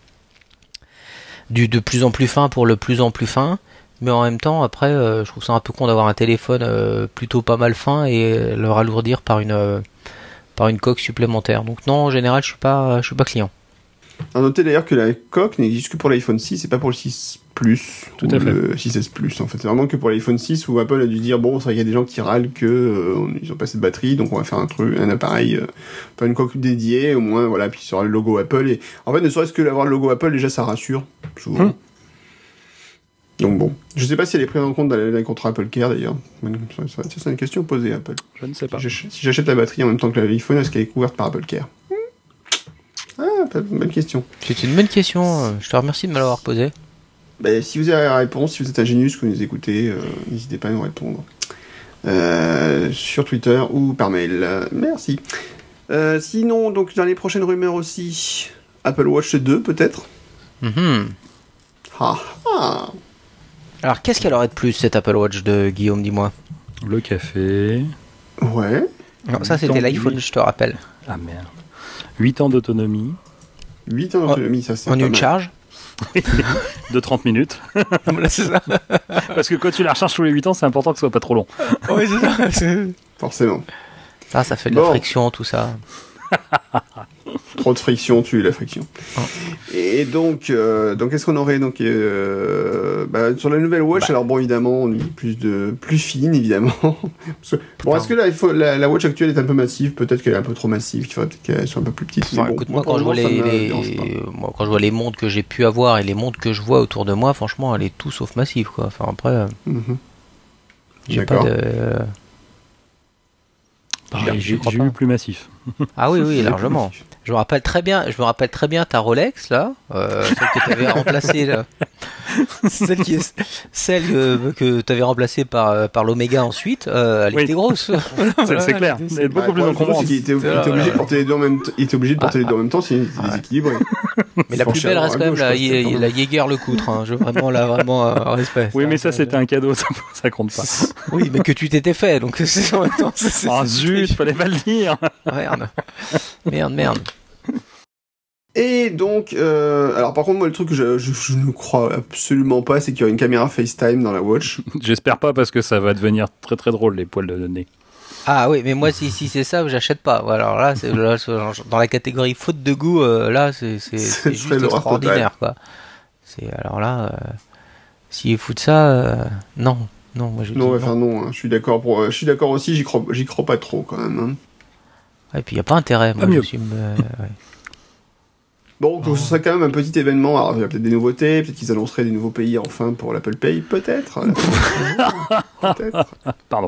de plus en plus fin pour le plus en plus fin. Mais en même temps, après, je trouve ça un peu con d'avoir un téléphone plutôt pas mal fin et le ralourdir par une coque supplémentaire. Donc non, en général, je suis pas client. À noter d'ailleurs que la coque n'existe que pour l'iPhone 6 et pas pour le 6 Plus. Tout à fait. Le 6S Plus, en fait. C'est vraiment que pour l'iPhone 6 où Apple a dû dire, bon, ça, il y a des gens qui râlent que ils ont pas assez de batterie, donc on va faire un appareil, pas une coque dédiée, au moins, voilà, puis il y aura le logo Apple. Et en fait, ne serait-ce que d'avoir le logo Apple, déjà, ça rassure, souvent. Donc bon, je sais pas si elle est prise en compte dans les contrats Apple Care d'ailleurs. C'est une question posée à Apple. Je ne sais pas. Si j'achète la batterie en même temps que l'iPhone, est-ce qu'elle est couverte par Apple Care? Ah, bonne question. C'est une bonne question, je te remercie de me l'avoir posée. Ben, si vous avez la réponse, si vous êtes ingénieux, que vous nous écoutez, n'hésitez pas à nous répondre. Sur Twitter ou par mail. Merci. Sinon, donc dans les prochaines rumeurs aussi, Apple Watch 2 peut-être. Alors, qu'est-ce qu'elle aurait de plus, cette Apple Watch de Guillaume, dis-moi? Le café. Ouais. Non, ça, c'était l'iPhone, je te rappelle. Ah merde. 8 ans d'autonomie. 8 ans d'autonomie, ça c'est en une charge de 30 minutes. Voilà, c'est ça. Parce que quand tu la recharges tous les 8 ans, c'est important que ce soit pas trop long. Oui, c'est ça. Forcément. Ça fait de la friction, tout ça. Trop de friction tue la friction. Et donc qu'est-ce qu'on aurait donc sur la nouvelle Watch, alors bon, évidemment, on est plus fine, évidemment. Est-ce que la Watch actuelle est un peu massive? Peut-être qu'elle est un peu trop massive, qu'il faudrait peut-être qu'elle soit un peu plus petite. Enfin, écoute, moi, quand je vois les montres que j'ai pu avoir et les montres que je vois autour de moi, franchement, elle est tout sauf massive, quoi. Enfin, après, j'ai pas de... J'ai eu plus massif. Ah oui, largement. Je me rappelle très bien ta Rolex là, celle que tu avais remplacée là. Celle que tu avais remplacée par l'Omega ensuite, elle était grosse. C'est clair. Elle est beaucoup plus encombrante. Il était obligé de porter les deux en même temps. Il était obligé de porter les deux en même temps, c'est déséquilibré. Mais la plus belle reste quand même la Jaeger LeCoultre. Hein. Vraiment respect. Oui, mais ça c'était un cadeau, ça compte pas. Oui, mais que tu t'étais fait, donc c'est en même temps. Ah zut, fallait pas le dire. Merde. Et donc, alors par contre, moi, le truc que je ne crois absolument pas, c'est qu'il y aura une caméra FaceTime dans la Watch. J'espère pas, parce que ça va devenir très très drôle, les poils de nez. Ah oui, mais moi, si c'est ça, j'achète pas. Alors là, dans la catégorie faute de goût, là, c'est juste extraordinaire, quoi. Alors là, s'ils foutent ça, non, moi je dis non. Non, hein, je suis d'accord aussi, j'y crois pas trop quand même. Hein. Et puis il y a pas intérêt, moi mieux. Bon, ce serait quand même un petit événement. Alors, il y a peut-être des nouveautés, peut-être qu'ils annonceraient des nouveaux pays enfin pour l'Apple Pay, peut-être. Pardon.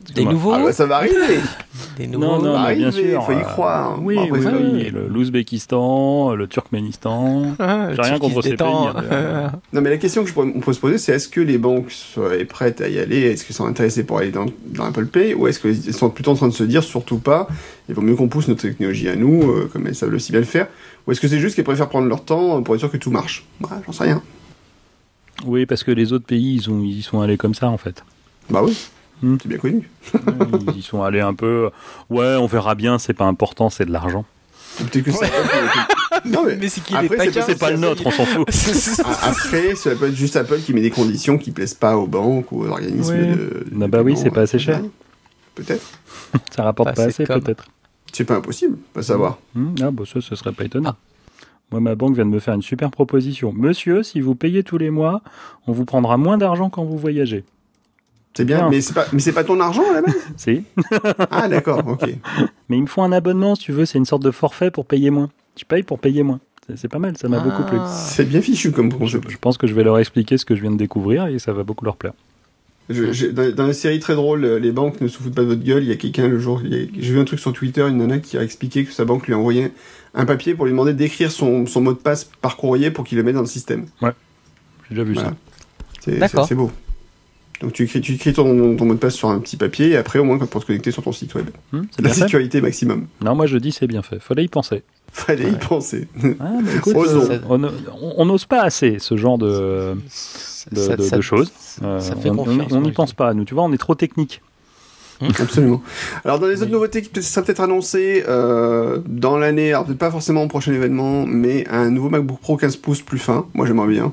Des nouveaux Ah bah, ça va arriver. Des nouveaux. Non, mais bien sûr. Faut y croire. Oui, Bon, après, oui, l'Ouzbékistan, le Turkménistan. J'ai rien contre ces pays. Non, mais la question on peut se poser, c'est est-ce que les banques seraient prêtes à y aller? Est-ce qu'elles sont intéressées pour aller dans Apple Pay? Ou est-ce qu'elles sont plutôt en train de se dire, surtout pas, il vaut mieux qu'on pousse notre technologie à nous, comme elles savent aussi bien le faire? Ou est-ce que c'est juste qu'elles préfèrent prendre leur temps pour être sûr que tout marche? Bah, j'en sais rien. Oui, parce que les autres pays, ils sont allés comme ça, en fait. Bah oui. C'est bien connu. Ils sont allés un peu... Ouais, on verra bien, c'est pas important, c'est de l'argent. Peut-être que ça... Non, mais c'est qu'il après, C'est pas le nôtre, on s'en fout. Après, ça peut être juste Apple qui met des conditions qui plaisent pas aux banques ou aux organismes de bah oui, c'est pas assez cher. Peut-être. Ça rapporte pas assez, peut-être. C'est pas impossible, pas savoir. Ah bah ça, ce serait pas étonnant. Moi, ma banque vient de me faire une super proposition. Monsieur, si vous payez tous les mois, on vous prendra moins d'argent quand vous voyagez. C'est bien, mais c'est pas ton argent à la base? Si. Ah d'accord, ok. Mais il me faut un abonnement, si tu veux, c'est une sorte de forfait pour payer moins. Tu payes pour payer moins. C'est pas mal, ça m'a beaucoup plu. C'est bien fichu comme concept. Je pense que je vais leur expliquer ce que je viens de découvrir et ça va beaucoup leur plaire. Dans la série très drôle, les banques ne se foutent pas de votre gueule. Il y a quelqu'un le jour, j'ai vu un truc sur Twitter, une nana qui a expliqué que sa banque lui a envoyé un papier pour lui demander d'écrire son mot de passe par courrier pour qu'il le mette dans le système. Ouais, j'ai déjà vu ça. D'accord. C'est beau. Donc tu écris ton mot de passe sur un petit papier et après au moins pour te connecter sur ton site web. C'est la bien sécurité maximum. Non, moi je dis c'est bien fait. Fallait y penser. Fallait y penser. Ah, bah, écoute, on n'ose pas assez ce genre de choses. On n'y pense pas. Nous, tu vois, on est trop technique. Absolument. Alors dans les autres nouveautés qui seraient peut-être annoncées dans l'année, alors peut-être pas forcément au prochain événement, mais un nouveau MacBook Pro 15 pouces plus fin. Moi j'aimerais bien.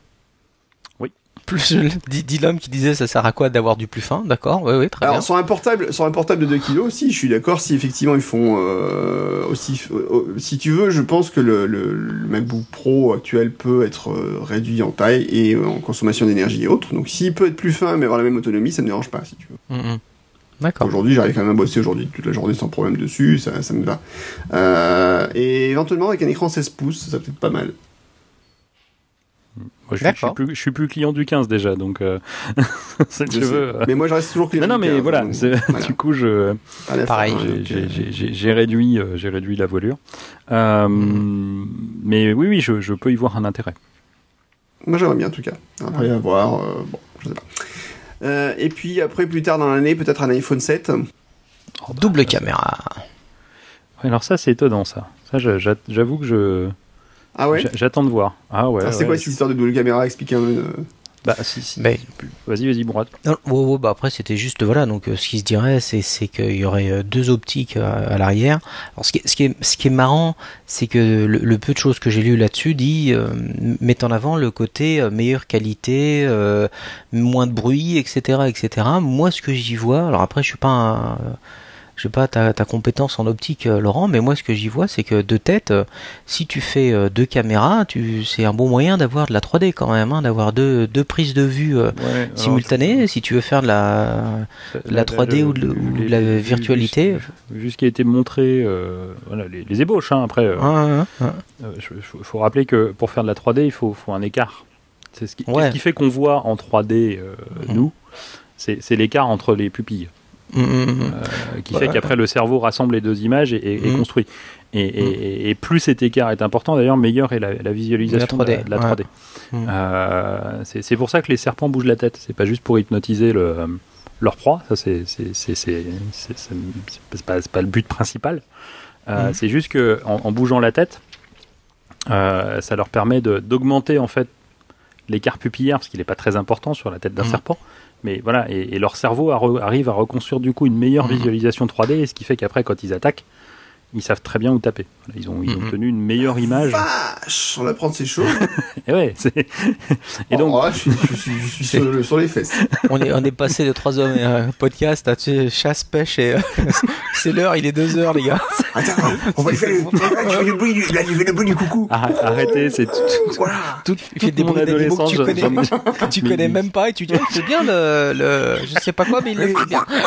Plus dit l'homme qui disait ça sert à quoi d'avoir du plus fin, d'accord, oui, très bien. Alors sur un portable de 2 kg aussi, je suis d'accord, si effectivement ils font aussi, si tu veux, je pense que le MacBook Pro actuel peut être réduit en taille et en consommation d'énergie et autres, donc s'il peut être plus fin mais avoir la même autonomie, ça ne me dérange pas si tu veux. D'accord. Aujourd'hui, j'arrive quand même à bosser toute la journée sans problème dessus, ça me va. Et éventuellement avec un écran 16 pouces, ça peut être pas mal. Moi, je suis plus client du 15 déjà, donc si tu veux. Mais moi, je reste toujours client. Non, du 15, mais voilà. voilà. Du coup, pareil. J'ai réduit la voilure. Mais oui, je peux y voir un intérêt. Moi, j'aimerais bien en tout cas. Après, à voir. Bon, je sais pas. Et puis après, plus tard dans l'année, peut-être un iPhone 7. Double caméra. Alors ça, c'est étonnant, ça. Ça, j'avoue que Ah ouais. J'attends de voir. Ah ouais. Alors, c'est quoi cette histoire de double caméra? Expliquez un peu. Bah si. Mais... Vas-y, Mourad. Bah après c'était juste voilà, donc ce qui se dirait c'est qu'il y aurait deux optiques à l'arrière. Alors ce qui est marrant, c'est que le peu de choses que j'ai lu là-dessus met en avant le côté meilleure qualité, moins de bruit, etc. Moi ce que j'y vois, alors après je sais pas ta compétence en optique, Laurent, mais moi ce que j'y vois, c'est que de tête, si tu fais deux caméras, c'est un bon moyen d'avoir de la 3D quand même, d'avoir deux prises de vue simultanées, si tu veux faire de la 3D ou de la virtualité. Vu ce qui a été montré, voilà, les ébauches, après. Faut rappeler que pour faire de la 3D, il faut un écart. C'est ce qui fait qu'on voit en 3D, nous, c'est l'écart entre les pupilles. Qui fait qu'après le cerveau rassemble les deux images et construit. Et plus cet écart est important, d'ailleurs, meilleure est la visualisation de la 3D. C'est pour ça que les serpents bougent la tête. C'est pas juste pour hypnotiser leur proie. Ça, c'est pas le but principal. C'est juste que en bougeant la tête, ça leur permet d'augmenter en fait l'écart pupillaire, parce qu'il n'est pas très important sur la tête d'un serpent. Mais voilà, et leur cerveau arrive à reconstruire du coup une meilleure visualisation 3D, et ce qui fait qu'après, quand ils attaquent, ils savent très bien où taper. Voilà, ils ont obtenu une meilleure image. Vache, on apprend de ces choses. Et ouais, et donc, je suis sur les fesses. On est passé de 3 hommes et un podcast à chasse, pêche et c'est l'heure, il est 2h les gars. Attends, on va lui faire le bruit du coucou. Arrêtez, c'est tout. Il fait des bruits adolescence. Que tu connais même pas et tu dis c'est bien je sais pas quoi mais il le fait bien.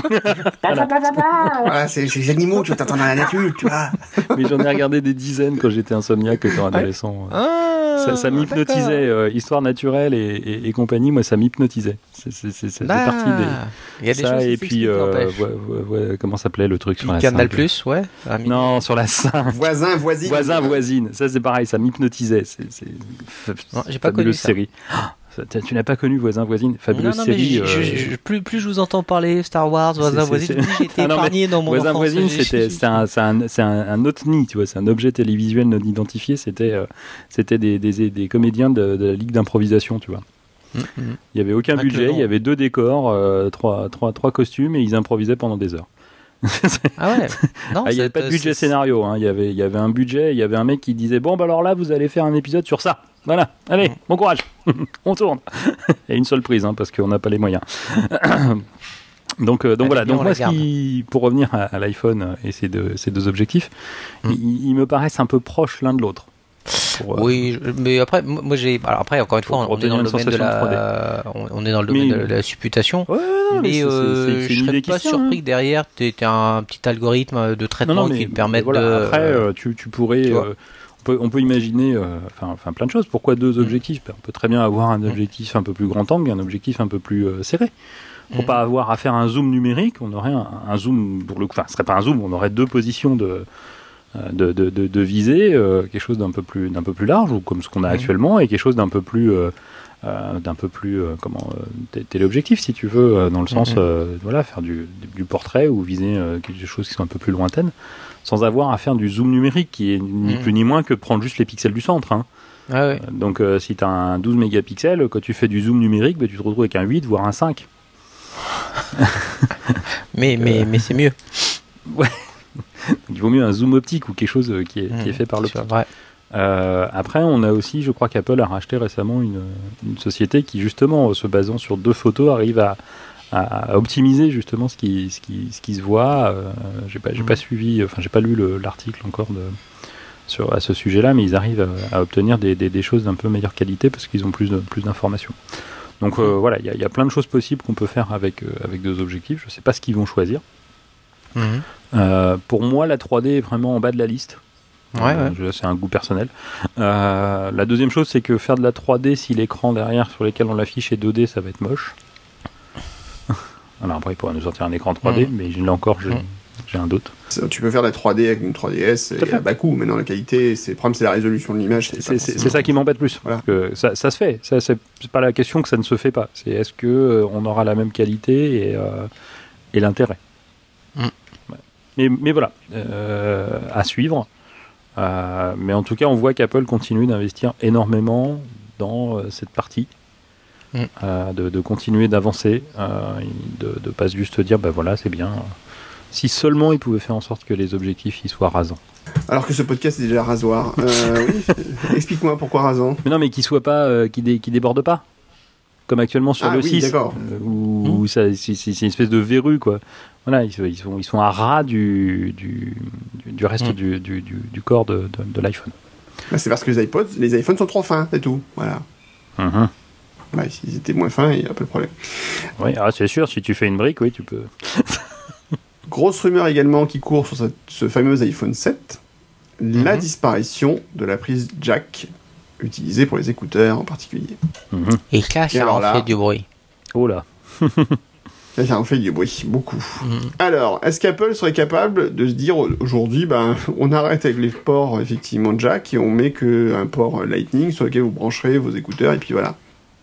Voilà, c'est les animaux, tu t'entends dans la nature, tu vois. Mais j'en ai regardé des dizaines quand j'étais insomniaque, étant adolescent. ça m'hypnotisait, histoire naturelle et compagnie, moi ça m'hypnotisait. C'est parti des... Il y a des ça, choses et puis, comment s'appelait le truc sur la Canal 5 Plus, ouais. Non, sur la 5. Voisin, voisine. Ça c'est pareil, ça m'hypnotisait. Non, j'ai pas connu ça. Série. Tu n'as pas connu Voisin, voisine, fabuleuse série. Plus je vous entends parler Star Wars, Voisin, voisine, j'ai été épargné dans mon enfance. Voisin, voisine, c'est un OTNI, tu vois, c'est un objet télévisuel non identifié. C'était des comédiens de la ligue d'improvisation, tu vois. Il y avait aucun budget, il y avait 2 décors, 3 costumes et ils improvisaient pendant des heures. Ah ouais. Non, il n'y avait pas de budget scénario, hein. Il y avait un budget, il y avait un mec qui disait bon bah alors là vous allez faire un épisode sur ça. Voilà, allez, bon courage, on tourne. Il y a une seule prise, hein, parce qu'on n'a pas les moyens. donc voilà. Donc moi, pour revenir à l'iPhone et ces deux objectifs, ils me paraissent un peu proches l'un de l'autre. Oui, mais après, moi j'ai. Alors après, encore une fois, on est dans le domaine de la. On est dans le domaine de la supputation. Ouais, non, mais je serais pas surpris que derrière, tu aies un petit algorithme de traitement qui te permette de. Après, tu pourrais. On peut imaginer plein de choses. Pourquoi 2 objectifs ? On peut très bien avoir un objectif un peu plus grand angle et un objectif un peu plus serré. Pour pas avoir à faire un zoom numérique, on aurait un zoom pour le coup. Enfin, ce serait pas un zoom, on aurait 2 positions de visée, quelque chose d'un peu plus large, ou comme ce qu'on a actuellement, et quelque chose d'un peu plus téléobjectif, si tu veux, dans le sens faire du portrait ou viser quelque chose qui soit un peu plus lointaine, sans avoir à faire du zoom numérique qui est ni plus ni moins que de prendre juste les pixels du centre, hein. Ah ouais. Donc si tu as un 12 mégapixels, quand tu fais du zoom numérique, tu te retrouves avec un 8 voire un 5. mais c'est mieux. Ouais. Il vaut mieux un zoom optique ou quelque chose qui est fait par l'optique. Après, on a aussi, je crois qu'Apple a racheté récemment une société qui, justement, se basant sur 2 photos, arrive à optimiser justement ce qui se voit. J'ai pas suivi, j'ai pas lu l'article encore à ce sujet-là, mais ils arrivent à obtenir des choses d'un peu meilleure qualité parce qu'ils ont plus d'informations. Donc voilà, il y a plein de choses possibles qu'on peut faire avec 2 objectifs. Je sais pas ce qu'ils vont choisir. Pour moi, la 3D est vraiment en bas de la liste. C'est un goût personnel. La deuxième chose, c'est que faire de la 3D, si l'écran derrière sur lequel on l'affiche est 2D, ça va être moche. Alors après, il pourra nous sortir un écran 3D, mais là encore, j'ai un doute. Tu peux faire de la 3D avec une 3DS et à bas coût, mais dans la qualité, le problème c'est la résolution de l'image. C'est ça qui m'embête plus. Voilà. Que ça se fait. C'est pas la question que ça ne se fait pas. C'est est-ce que on aura la même qualité et l'intérêt. Mais voilà, à suivre. Mais en tout cas, on voit qu'Apple continue d'investir énormément dans cette partie. De continuer d'avancer, de pas juste dire voilà c'est bien. Si seulement ils pouvaient faire en sorte que les objectifs ils soient rasants. Alors que ce podcast est déjà rasoir. Oui, explique-moi pourquoi rasant. Mais non, mais qu'ils soient pas, qui débordent pas, comme actuellement sur le 6, où c'est une espèce de verrue quoi. Voilà, ils sont à ras du reste du corps de l'iPhone. Bah, c'est parce que les iPhones sont trop fins, c'est tout. Voilà. Ouais, s'ils étaient moins fins, il n'y a pas de problème. Oui, c'est sûr, si tu fais une brique, oui, tu peux. Grosse rumeur également qui court sur ce fameux iPhone 7, la disparition de la prise jack utilisée pour les écouteurs en particulier. Et là, ça en fait du bruit. Oh là. Là, ça en fait du bruit, beaucoup. Alors, est-ce qu'Apple serait capable de se dire aujourd'hui, on arrête avec les ports effectivement jack et on met qu'un port Lightning sur lequel vous brancherez vos écouteurs et puis voilà.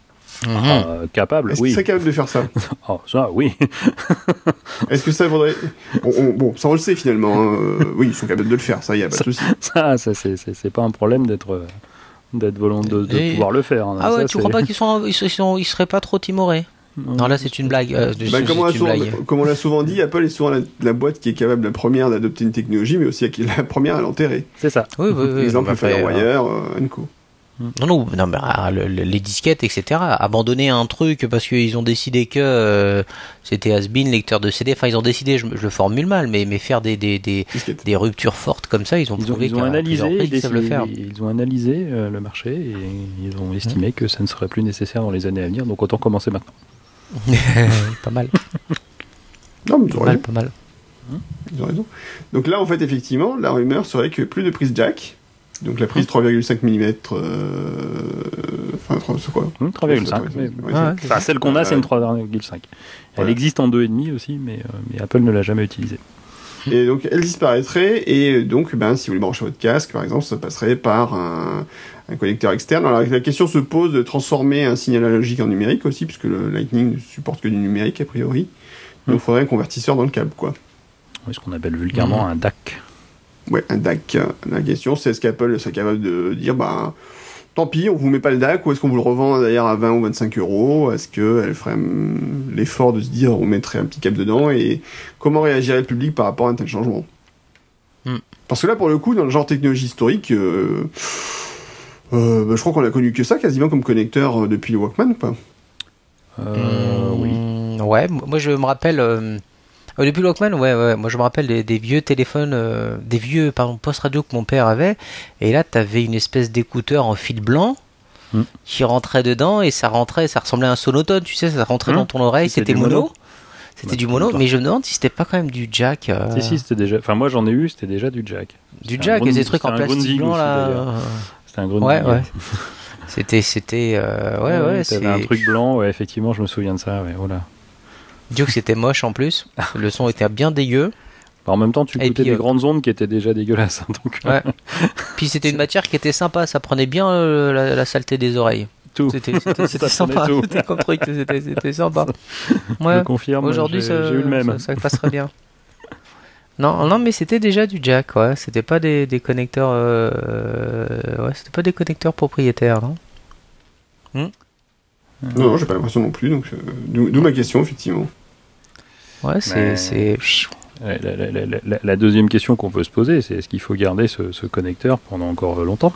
Capable, Est-ce oui. qu'ils seraient capables de faire ça? Ça, oui. Est-ce que ça vaudrait... Bon, ça on le sait finalement. Oui, ils sont capables de le faire, ça, il n'y a pas de souci. Ça c'est pas un problème d'être volant de pouvoir le faire. Hein. Ah ouais, tu crois pas qu'ils seraient pas trop timorés? Non, là c'est une blague. Comme on l'a souvent dit, Apple est souvent la boîte qui est capable la première d'adopter une technologie, mais aussi la première à l'enterrer. C'est ça. Oui. Exemple, FireWire, Co. Non, mais les disquettes, etc. Abandonner un truc parce qu'ils ont décidé que c'était has-been, lecteur de CD. Enfin, ils ont décidé, je le formule mal, mais faire des ruptures fortes comme ça, ils ont prouvé qu'ils savent le faire. Ils ont analysé le marché et ils ont estimé que ça ne serait plus nécessaire dans les années à venir. Donc autant commencer maintenant. Pas mal. Non, mais ils ont raison. Pas mal. Ils ont raison. Donc là, en fait, effectivement, la rumeur serait que plus de prise jack. Donc la prise 3,5 mm. Enfin, c'est quoi 3,5. Enfin, celle qu'on a, c'est une 3,5. Elle existe en 2,5 aussi, mais Apple ne l'a jamais utilisée. Et donc elle disparaîtrait, et donc si vous voulez brancher votre casque, par exemple, ça passerait par un connecteur externe. Alors la question se pose de transformer un signal analogique en numérique aussi, puisque le Lightning ne supporte que du numérique a priori. Donc il faudrait un convertisseur dans le câble, quoi. Oui, ce qu'on appelle vulgairement un DAC. Ouais, un DAC. La question, c'est est-ce qu'Apple serait capable de dire, tant pis, on vous met pas le DAC, ou est-ce qu'on vous le revend d'ailleurs à 20 ou 25 euros? Est-ce qu'elle ferait l'effort de se dire, on mettrait un petit câble dedans, et comment réagirait le public par rapport à un tel changement? Parce que là, pour le coup, dans le genre technologie historique, je crois qu'on a connu que ça, quasiment comme connecteur depuis le Walkman, quoi. Oui. Ouais, moi je me rappelle... depuis le Walkman, ouais, moi je me rappelle des vieux téléphones, des vieux post-radio que mon père avait, et là t'avais une espèce d'écouteur en fil blanc qui rentrait dedans, et ça ressemblait à un sonotone, tu sais, ça rentrait dans ton oreille, c'était mono. C'était du mono, mais je me demande si c'était pas quand même du jack. Si, c'était déjà... Enfin, moi j'en ai eu, c'était déjà du jack. Du jack, et ces trucs en plastique blanc là. C'était un Grundig. Ouais. C'était ouais, t'avais un truc blanc, ouais, effectivement, je me souviens de ça, ouais, voilà. Dieu que c'était moche en plus, le son était bien dégueu. En même temps, tu écoutais des grandes ondes qui étaient déjà dégueulasses. Donc... Ouais. Puis c'était une matière qui était sympa, ça prenait bien la saleté des oreilles. Tout. C'était sympa, c'était comme truc, c'était sympa. Ouais. Je confirme, aujourd'hui, j'ai eu le même. Ça passerait bien. Non, mais c'était déjà du jack, ouais. C'était pas des connecteurs, c'était pas des connecteurs propriétaires, non. Non, j'ai pas l'impression non plus, donc d'où ma question, effectivement. Ouais, c'est... La deuxième question qu'on peut se poser, c'est est-ce qu'il faut garder ce connecteur pendant encore longtemps?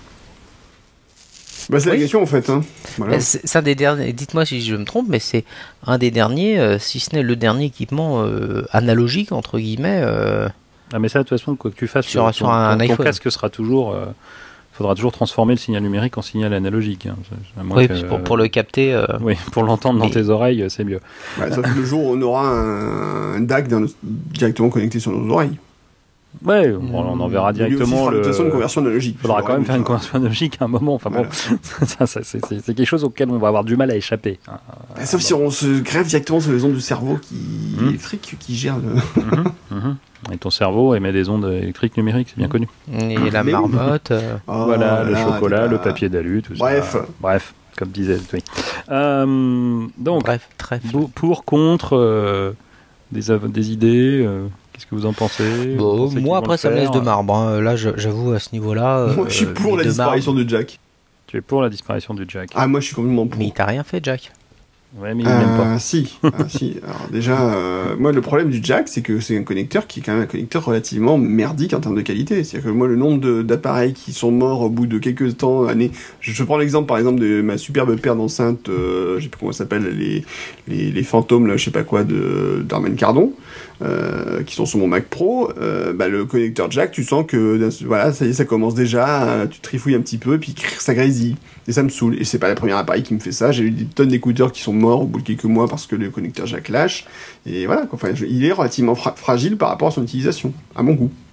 C'est la question en fait. Voilà. C'est un des derniers, dites-moi si je me trompe, mais c'est un des derniers, si ce n'est le dernier équipement analogique, entre guillemets. Mais ça, de toute façon, quoi que tu fasses, sur un ton iPhone. Casque sera toujours... faudra toujours transformer le signal numérique en signal analogique. Oui, pour le capter. Oui, pour l'entendre dans tes oreilles, c'est mieux. Sauf que le jour où on aura un DAC directement connecté sur nos oreilles. Ouais, on en verra directement. De toute façon, une conversion analogique. Il faudra quand même faire une conversion analogique à un moment. Enfin bon, c'est quelque chose auquel on va avoir du mal à échapper. Sauf si on se greffe directement sur les ondes du cerveau électriques qui gèrent le... Et ton cerveau émet des ondes électriques numériques, c'est bien connu. Et la marmotte. Voilà, le chocolat, le papier d'alu, tout ça. Bref, comme disait le tweet. Donc, bref, très pour, contre, des idées... Qu'est-ce que vous en pensez? Moi, après, ça me laisse de marbre. Là, j'avoue, à ce niveau-là... Moi, je suis pour la disparition du jack. Tu es pour la disparition du jack? Ah, moi, je suis complètement pour. Mais il t'a rien fait, Jack. Ouais, mais il n'aime pas. Si. Alors déjà, moi, le problème du jack, c'est que c'est un connecteur qui est quand même un connecteur relativement merdique en termes de qualité. C'est-à-dire que moi, le nombre d'appareils qui sont morts au bout de quelques temps, années... Je prends l'exemple, par exemple, de ma superbe paire d'enceintes, je sais plus comment ça s'appelle, les fantômes, là, je sais pas quoi, d'Armen Cardon, qui sont sur mon Mac Pro. Le connecteur jack, tu sens que, voilà, ça y est, ça commence déjà, tu trifouilles un petit peu, et puis ça grésille. Et ça me saoule. Et c'est pas le premier appareil qui me fait ça. J'ai eu des tonnes d'écouteurs qui sont morts au bout de quelques mois parce que le connecteur jack lâche. Et voilà, enfin, il est relativement fragile par rapport à son utilisation, à mon goût.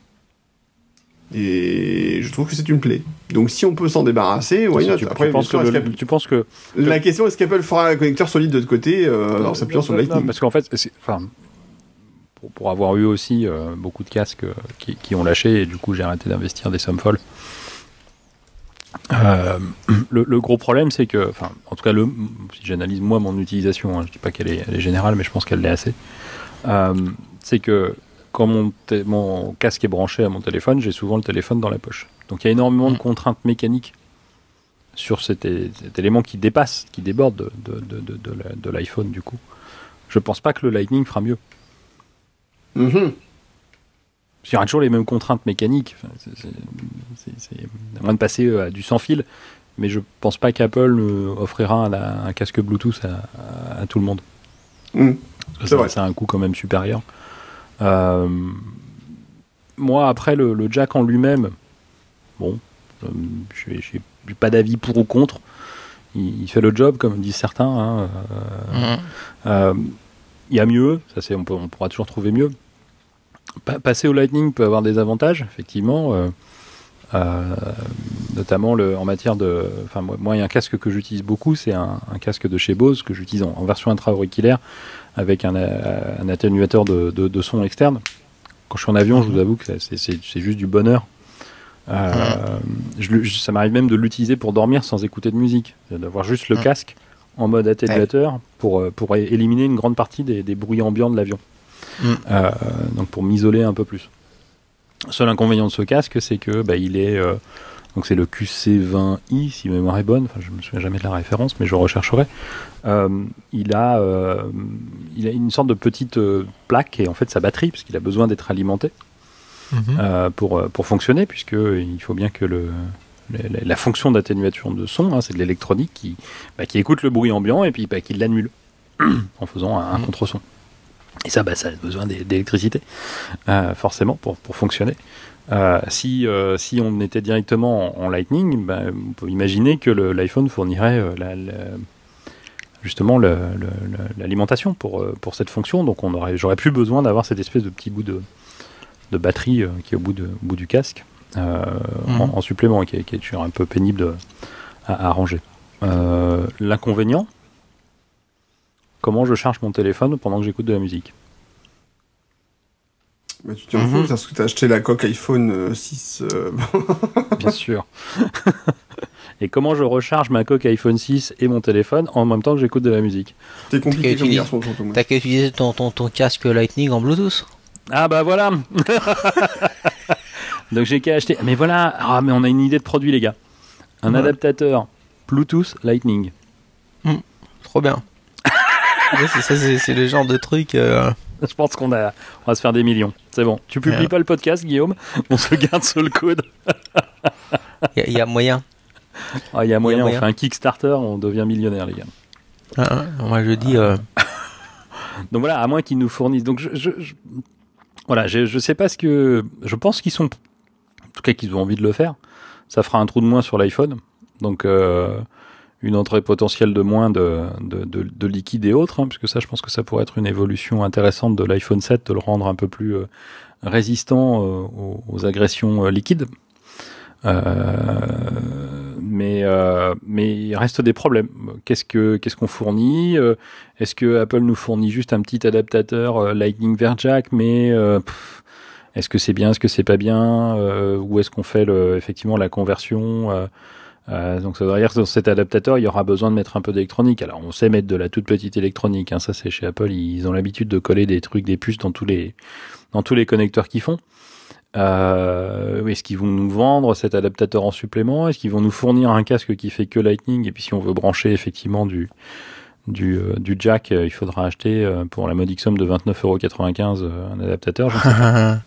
Et je trouve que c'est une plaie. Donc si on peut s'en débarrasser, why not? Après, tu penses que... La question, est-ce qu'Apple fera un connecteur solide de l'autre côté en s'appuyant sur le Lightning? Parce qu'en fait, pour avoir eu aussi beaucoup de casques qui ont lâché, et du coup j'ai arrêté d'investir des sommes folles. Le gros problème, c'est que, en tout cas, si j'analyse moi mon utilisation, je dis pas qu'elle est générale, mais je pense qu'elle l'est assez. C'est que quand mon casque est branché à mon téléphone, j'ai souvent le téléphone dans la poche. Donc il y a énormément de contraintes mécaniques sur cet élément qui dépasse, qui déborde de l'iPhone du coup. Je pense pas que le Lightning fera mieux. Il y aura toujours les mêmes contraintes mécaniques. À moins de passer à du sans fil, mais je pense pas qu'Apple offrira un casque Bluetooth à tout le monde. C'est un coût quand même supérieur. Moi, après, le jack en lui-même, bon, j'ai pas d'avis pour ou contre. Il fait le job, comme disent certains. Il y a mieux, on pourra toujours trouver mieux. Passer au Lightning peut avoir des avantages, effectivement. Notamment en matière de... Enfin, moi, il y a un casque que j'utilise beaucoup, c'est un casque de chez Bose que j'utilise en version intra-auriculaire avec un atténuateur de son externe. Quand je suis en avion, je vous avoue que c'est juste du bonheur. Ça m'arrive même de l'utiliser pour dormir sans écouter de musique, d'avoir juste le casque en mode atténuateur pour éliminer une grande partie des bruits ambiants de l'avion. Donc pour m'isoler un peu plus. Le seul inconvénient de ce casque, c'est que il est donc c'est le QC20i si ma mémoire est bonne. Enfin, je me souviens jamais de la référence, mais je rechercherai. Il a une sorte de petite plaque et en fait sa batterie, parce qu'il a besoin d'être alimenté pour fonctionner, puisque il faut bien que la fonction d'atténuation de son, c'est de l'électronique qui écoute le bruit ambiant et puis qui l'annule en faisant un contreson. Et ça a besoin d'électricité, forcément, pour fonctionner. Si on était directement en Lightning, on peut imaginer que l'iPhone fournirait justement l'alimentation pour cette fonction. Donc j'aurais plus besoin d'avoir cette espèce de petit bout de batterie qui est au bout du casque en supplément, qui est toujours un peu pénible à ranger. L'inconvénient, comment je charge mon téléphone pendant que j'écoute de la musique? Tu t'en fous parce que tu as acheté la coque iPhone 6. Bien sûr. Et comment je recharge ma coque iPhone 6 et mon téléphone en même temps que j'écoute de la musique? C'est compliqué comme garçon. T'as qu'à utiliser ton casque Lightning en Bluetooth. Ah bah voilà. Donc j'ai qu'à acheter. Mais voilà, mais on a une idée de produit, les gars. Un adaptateur Bluetooth Lightning. Trop bien. C'est le genre de truc. Je pense qu'on va se faire des millions. C'est bon. Tu publies pas le podcast, Guillaume? On se garde sous le coude. Il y a moyen. Il y a moyen. On fait un Kickstarter, on devient millionnaire, les gars. Moi je dis. Donc voilà, à moins qu'ils nous fournissent. Donc je sais pas ce que. Je pense qu'ils sont. En tout cas, qu'ils ont envie de le faire. Ça fera un trou de moins sur l'iPhone. Donc une entrée potentielle de moins de liquide et autres, puisque ça, je pense que ça pourrait être une évolution intéressante de l'iPhone 7, de le rendre un peu plus résistant aux agressions liquides. Mais il reste des problèmes. Qu'est-ce qu'on fournit? Est-ce que Apple nous fournit juste un petit adaptateur Lightning vers jack, mais est-ce que c'est bien, est-ce que c'est pas bien, ou est-ce qu'on fait effectivement la conversion? Donc ça veut dire que dans cet adaptateur, il y aura besoin de mettre un peu d'électronique. Alors on sait mettre de la toute petite électronique, ça c'est chez Apple, ils ont l'habitude de coller des puces dans tous les connecteurs qu'ils font. Est-ce qu'ils vont nous vendre cet adaptateur en supplément? Est-ce qu'ils vont nous fournir un casque qui fait que Lightning? Et puis si on veut brancher effectivement du jack, il faudra acheter pour la modique somme de 29,95 € un adaptateur. Je ne sais pas.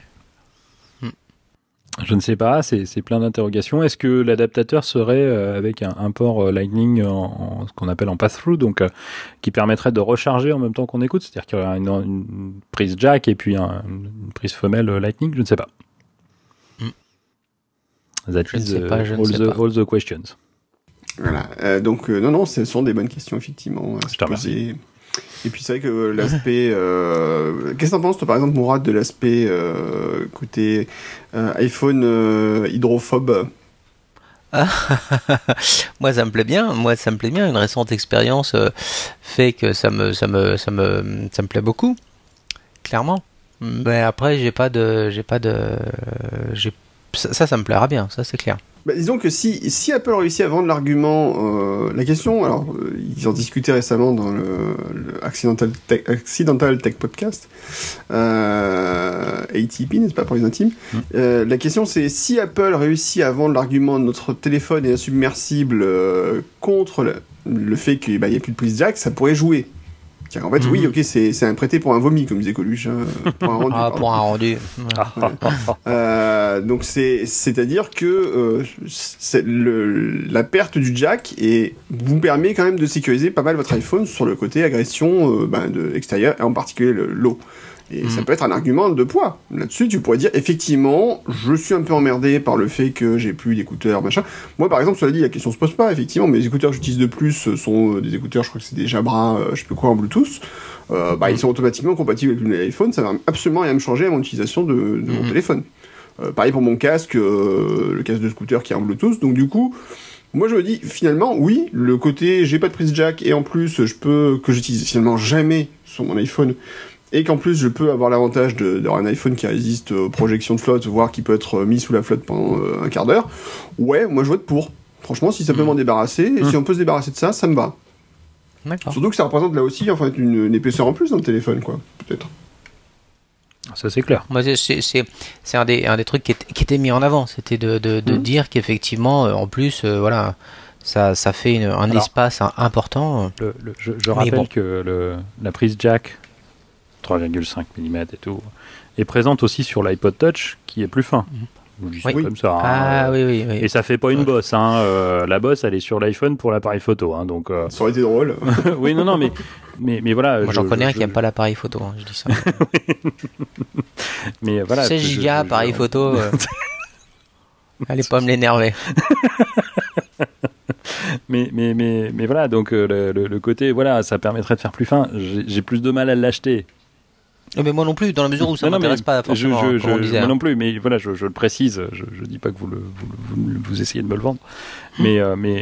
Je ne sais pas, c'est plein d'interrogations. Est-ce que l'adaptateur serait avec un port Lightning en ce qu'on appelle en pass-through, donc qui permettrait de recharger en même temps qu'on écoute? C'est-à-dire qu'il y aura une prise jack et puis une prise femelle Lightning? Je ne sais pas. That is all the questions. Voilà. Donc non, ce sont des bonnes questions effectivement à se poser. Et puis c'est vrai que l'aspect... qu'est-ce que t'en penses, toi, par exemple, Mourad, de l'aspect côté iPhone hydrophobe? Moi, ça me plaît bien. Une récente expérience fait que ça me plaît beaucoup, clairement. Mais après, ça me plaira bien, ça c'est clair. Disons que si Apple réussit à vendre l'argument, la question, alors ils en discutaient récemment dans le Accidental Tech Podcast, ATP, n'est-ce pas, pour les intimes. La question c'est si Apple réussit à vendre l'argument de notre téléphone est insubmersible contre le fait qu'il n'y ait plus de prise jack, ça pourrait jouer. Car en fait, oui, ok, c'est un prêté pour un vomi, comme disait Coluche, pour un rendu. Pour un rendu. Donc c'est-à-dire que la perte du jack vous permet quand même de sécuriser pas mal votre iPhone sur le côté agression extérieure, et en particulier l'eau. Et ça peut être un argument de poids. Là-dessus, tu pourrais dire, effectivement, je suis un peu emmerdé par le fait que j'ai plus d'écouteurs, machin. Moi, par exemple, cela dit, la question se pose pas, effectivement. Mes écouteurs que j'utilise de plus sont des écouteurs, je crois que c'est des Jabra, je sais plus quoi, en Bluetooth. Ils sont automatiquement compatibles avec l'iPhone. Ça va absolument rien me changer à mon utilisation de mon téléphone. Pareil pour mon casque, le casque de scooter qui est en Bluetooth. Donc du coup, moi je me dis finalement oui, le côté j'ai pas de prise jack et en plus que j'utilise finalement jamais sur mon iPhone et qu'en plus je peux avoir l'avantage d'avoir un iPhone qui résiste aux projections de flotte, voire qui peut être mis sous la flotte pendant un quart d'heure. Ouais, moi je vote pour. Franchement, si ça peut m'en débarrasser, et si on peut se débarrasser de ça, ça me va. D'accord. Surtout que ça représente là aussi en fait une épaisseur en plus dans le téléphone, quoi, peut-être. Ça c'est clair. Moi, c'est un des trucs qui était mis en avant, c'était de dire qu'effectivement, en plus, voilà, ça fait un espace important. Je rappelle que la prise jack 3,5 mm et tout est présente aussi sur l'iPod Touch qui est plus fin. Je dis ça comme ça. Ah oui. Et ça fait pas une bosse. La bosse, elle est sur l'iPhone pour l'appareil photo. Donc, ça aurait été drôle. Oui, non, mais voilà. Moi, j'en connais un qui aime pas l'appareil photo. Je dis ça. Mais voilà. 16 gigas appareil photo. Allez pas me l'énerver. mais voilà. Donc le côté, voilà, ça permettrait de faire plus fin. J'ai plus de mal à l'acheter. Mais moi non plus, dans la mesure où ça m'intéresse pas forcément, comme on disait. Moi non plus, mais voilà, je le précise, je dis pas que vous essayez de me le vendre, mais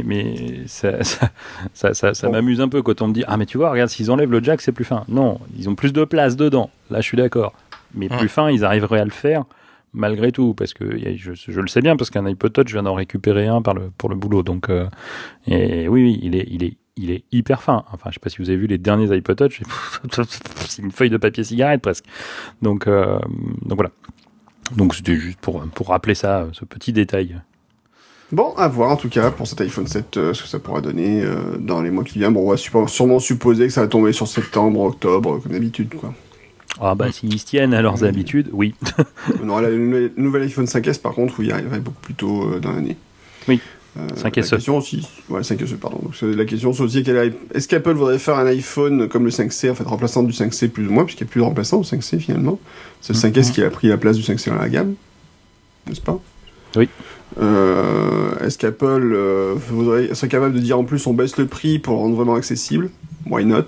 ça m'amuse un peu quand on me dit mais tu vois, regarde, s'ils enlèvent le jack, c'est plus fin. Non, ils ont plus de place dedans. Là, je suis d'accord, mais plus fin, ils arriveraient à le faire malgré tout, parce que je le sais bien, parce qu'un iPod Touch, je viens d'en récupérer un pour le boulot, donc et oui, il est hyper fin. Enfin, je sais pas si vous avez vu les derniers iPod Touch, c'est une feuille de papier cigarette presque. Donc voilà. Donc c'était juste pour rappeler ça, ce petit détail. Bon, à voir en tout cas pour cet iPhone 7 ce que ça pourra donner dans les mois qui viennent. Bon, on va sûrement supposer que ça va tomber sur septembre, octobre, comme d'habitude, quoi. Ah bah s'ils se tiennent à leurs habitudes, oui. On aura le nouvel iPhone 5S par contre où il arriverait beaucoup plus tôt dans l'année. Oui. 5S. La question aussi, 5S, pardon. Donc, la question c'est aussi est-ce qu'Apple voudrait faire un iPhone comme le 5C, en fait remplaçant du 5C plus ou moins, puisqu'il n'y a plus de remplaçant au 5C finalement. C'est le 5S qui a pris la place du 5C dans la gamme, n'est-ce pas? Oui. Est-ce qu'Apple serait capable de dire en plus on baisse le prix pour le rendre vraiment accessible? Why not?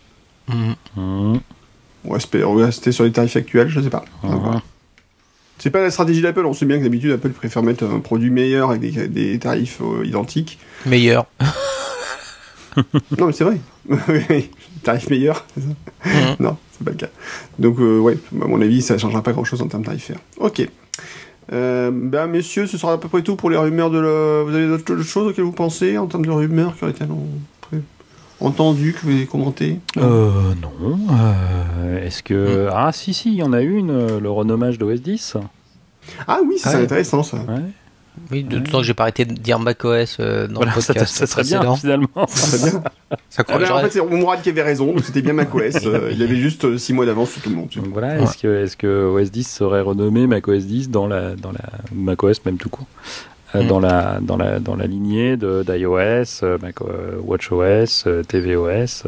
On va rester sur les tarifs actuels, je sais pas. C'est pas la stratégie d'Apple, on sait bien que d'habitude Apple préfère mettre un produit meilleur avec des tarifs identiques. Meilleur. Non mais c'est vrai. Tarif meilleur, c'est ça? Non, c'est pas le cas. Donc ouais, à mon avis ça changera pas grand chose en termes tarifaires. Ok. Messieurs, ce sera à peu près tout pour les rumeurs Vous avez d'autres choses auxquelles vous pensez en termes de rumeurs qui auraient été entendues, que vous avez commentées? Non. Est-ce que... Ah si, il y en a une, le renommage d'OS 10. Ah oui, c'est intéressant ça. Ouais. Oui, de toute façon que j'ai pas arrêté de dire macOS dans le podcast. Ça serait bien, finalement. Ça serait bien. En fait, c'est Mourad qui avait raison, donc c'était bien macOS. Il avait juste 6 mois d'avance sur tout le monde. Donc voilà, est-ce que OS 10 serait renommé macOS 10 dans la macOS même tout court, dans la lignée d'iOS, WatchOS, tvOS.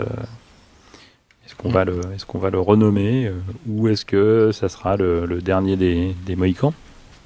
Est-ce qu'on va le renommer ou est-ce que ça sera le dernier des Mohicans?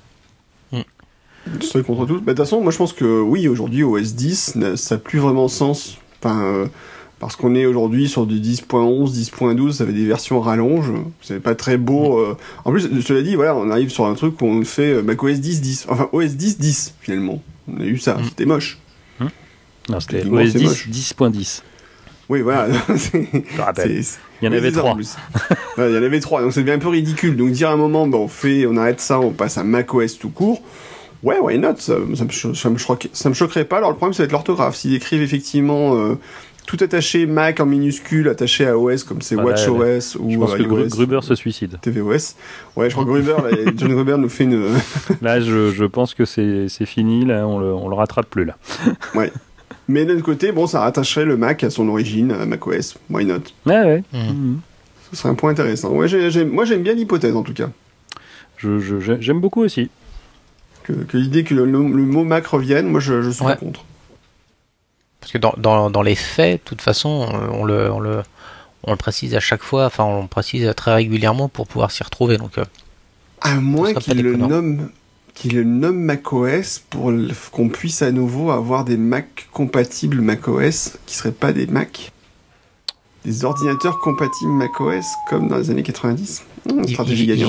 Je contre tout. De toute façon, moi je pense que oui, aujourd'hui OS 10 ça n'a plus vraiment sens. Parce qu'on est aujourd'hui sur du 10.11, 10.12, ça fait des versions rallonges, c'est pas très beau. En plus, cela dit, voilà, on arrive sur un truc où on fait macOS 10.10, enfin OS 10.10 finalement. On a eu ça, c'était moche. Non, c'était OS 10.10. Oui, voilà. Je rappelle. Il y en avait 3. Il y en avait 3, donc ça devient un peu ridicule. Donc dire à un moment, on arrête ça, on passe à macOS tout court. Ouais, why not? Ça me choquerait pas. Alors le problème, ça va être l'orthographe. S'ils écrivent effectivement tout attaché Mac en minuscule, attaché à OS comme c'est WatchOS ou je pense que Gruber se suicide. tvOS. Ouais, je crois que Gruber, John Gruber nous fait une... Là, je pense que c'est fini. Là, on le rattrape plus là. Ouais. Mais d'un côté, ça rattacherait le Mac à son origine, à macOS. Why not? Ouais. Ce serait un point intéressant. Ouais, moi, j'aime bien l'hypothèse en tout cas. J'aime beaucoup aussi. Que l'idée que le mot Mac revienne, moi je suis pas contre. Parce que dans les faits, de toute façon, on le précise à chaque fois, enfin on le précise très régulièrement pour pouvoir s'y retrouver. Donc, à moins qu'il le nomme macOS pour qu'on puisse à nouveau avoir des Mac compatibles macOS qui seraient pas des Mac. Des ordinateurs compatibles macOS comme dans les années 90. Stratégie gagnante.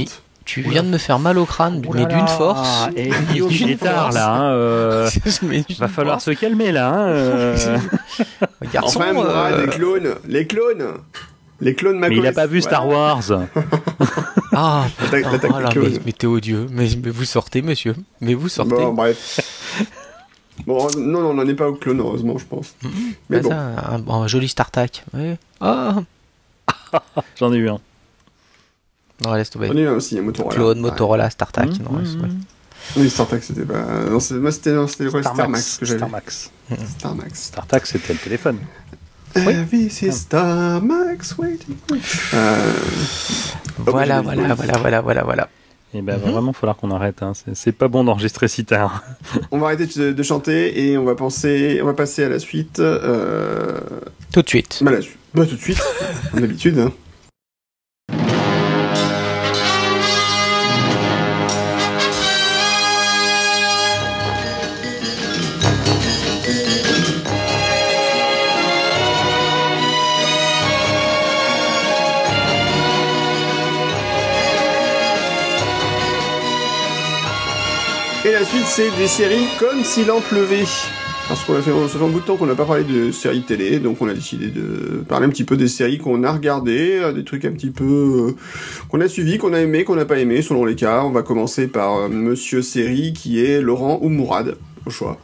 Tu viens de me faire mal au crâne, mais d'une force. Et Guillaume, il est tard là. Va falloir se calmer là. Garçon, enfin, Mourad, les clones mais il a pas vu Star Wars. Ah, l'attaque voilà, des clones. mais t'es odieux. Mais vous sortez, monsieur. Mais vous sortez. Bon, bref. Bon, non, on n'en est pas au clone, heureusement, je pense. Mais bon. Ça, un joli StarTAC. Oui. Ah. J'en ai eu un. Non, laisse tomber. On a eu un aussi, un Motorola. Claude, Motorola, StarTAC. Non, Oui, StarTAC, c'était pas... Non, c'était quoi, Star Max que j'avais. Star Max. Star StarTAC, c'était le téléphone. Oui, c'est Star Max waiting. Voilà. Et ben vraiment, il va falloir qu'on arrête. Hein. C'est pas bon d'enregistrer si tard. On va arrêter de chanter et on va passer à la suite. Tout de suite. Tout de suite, comme d'habitude. Hein. Et la suite, c'est des séries comme s'il en pleuvait. Parce ça fait un bout de temps qu'on n'a pas parlé de séries télé, donc on a décidé de parler un petit peu des séries qu'on a regardées, des trucs un petit peu qu'on a suivis, qu'on a aimé, qu'on n'a pas aimé, selon les cas. On va commencer par Monsieur Série, qui est Laurent ou Mourad, au choix.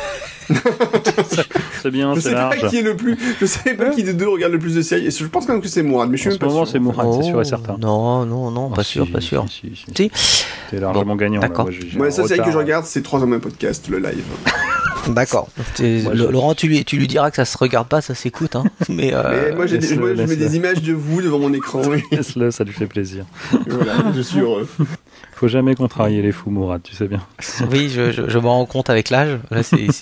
C'est bien, c'est large. Je savais pas qui des deux regarde le plus de séries. Et je pense quand même que c'est Mourad, mais je suis même pas sûr. En ce moment, c'est Mourad, c'est sûr et certain. Non, pas sûr. Si. T'es largement gagnant. D'accord. Moi, la seule série que je regarde, c'est 3 hommes un podcast, le live. D'accord. Laurent, tu lui diras que ça se regarde pas, ça s'écoute, hein. Mais moi, je mets des images de vous devant mon écran. Laisse-le, ça lui fait plaisir. Voilà, je suis heureux. Faut jamais contrarier les fous, Mourad, tu sais bien. Oui, je m'en rends compte avec l'âge. Là,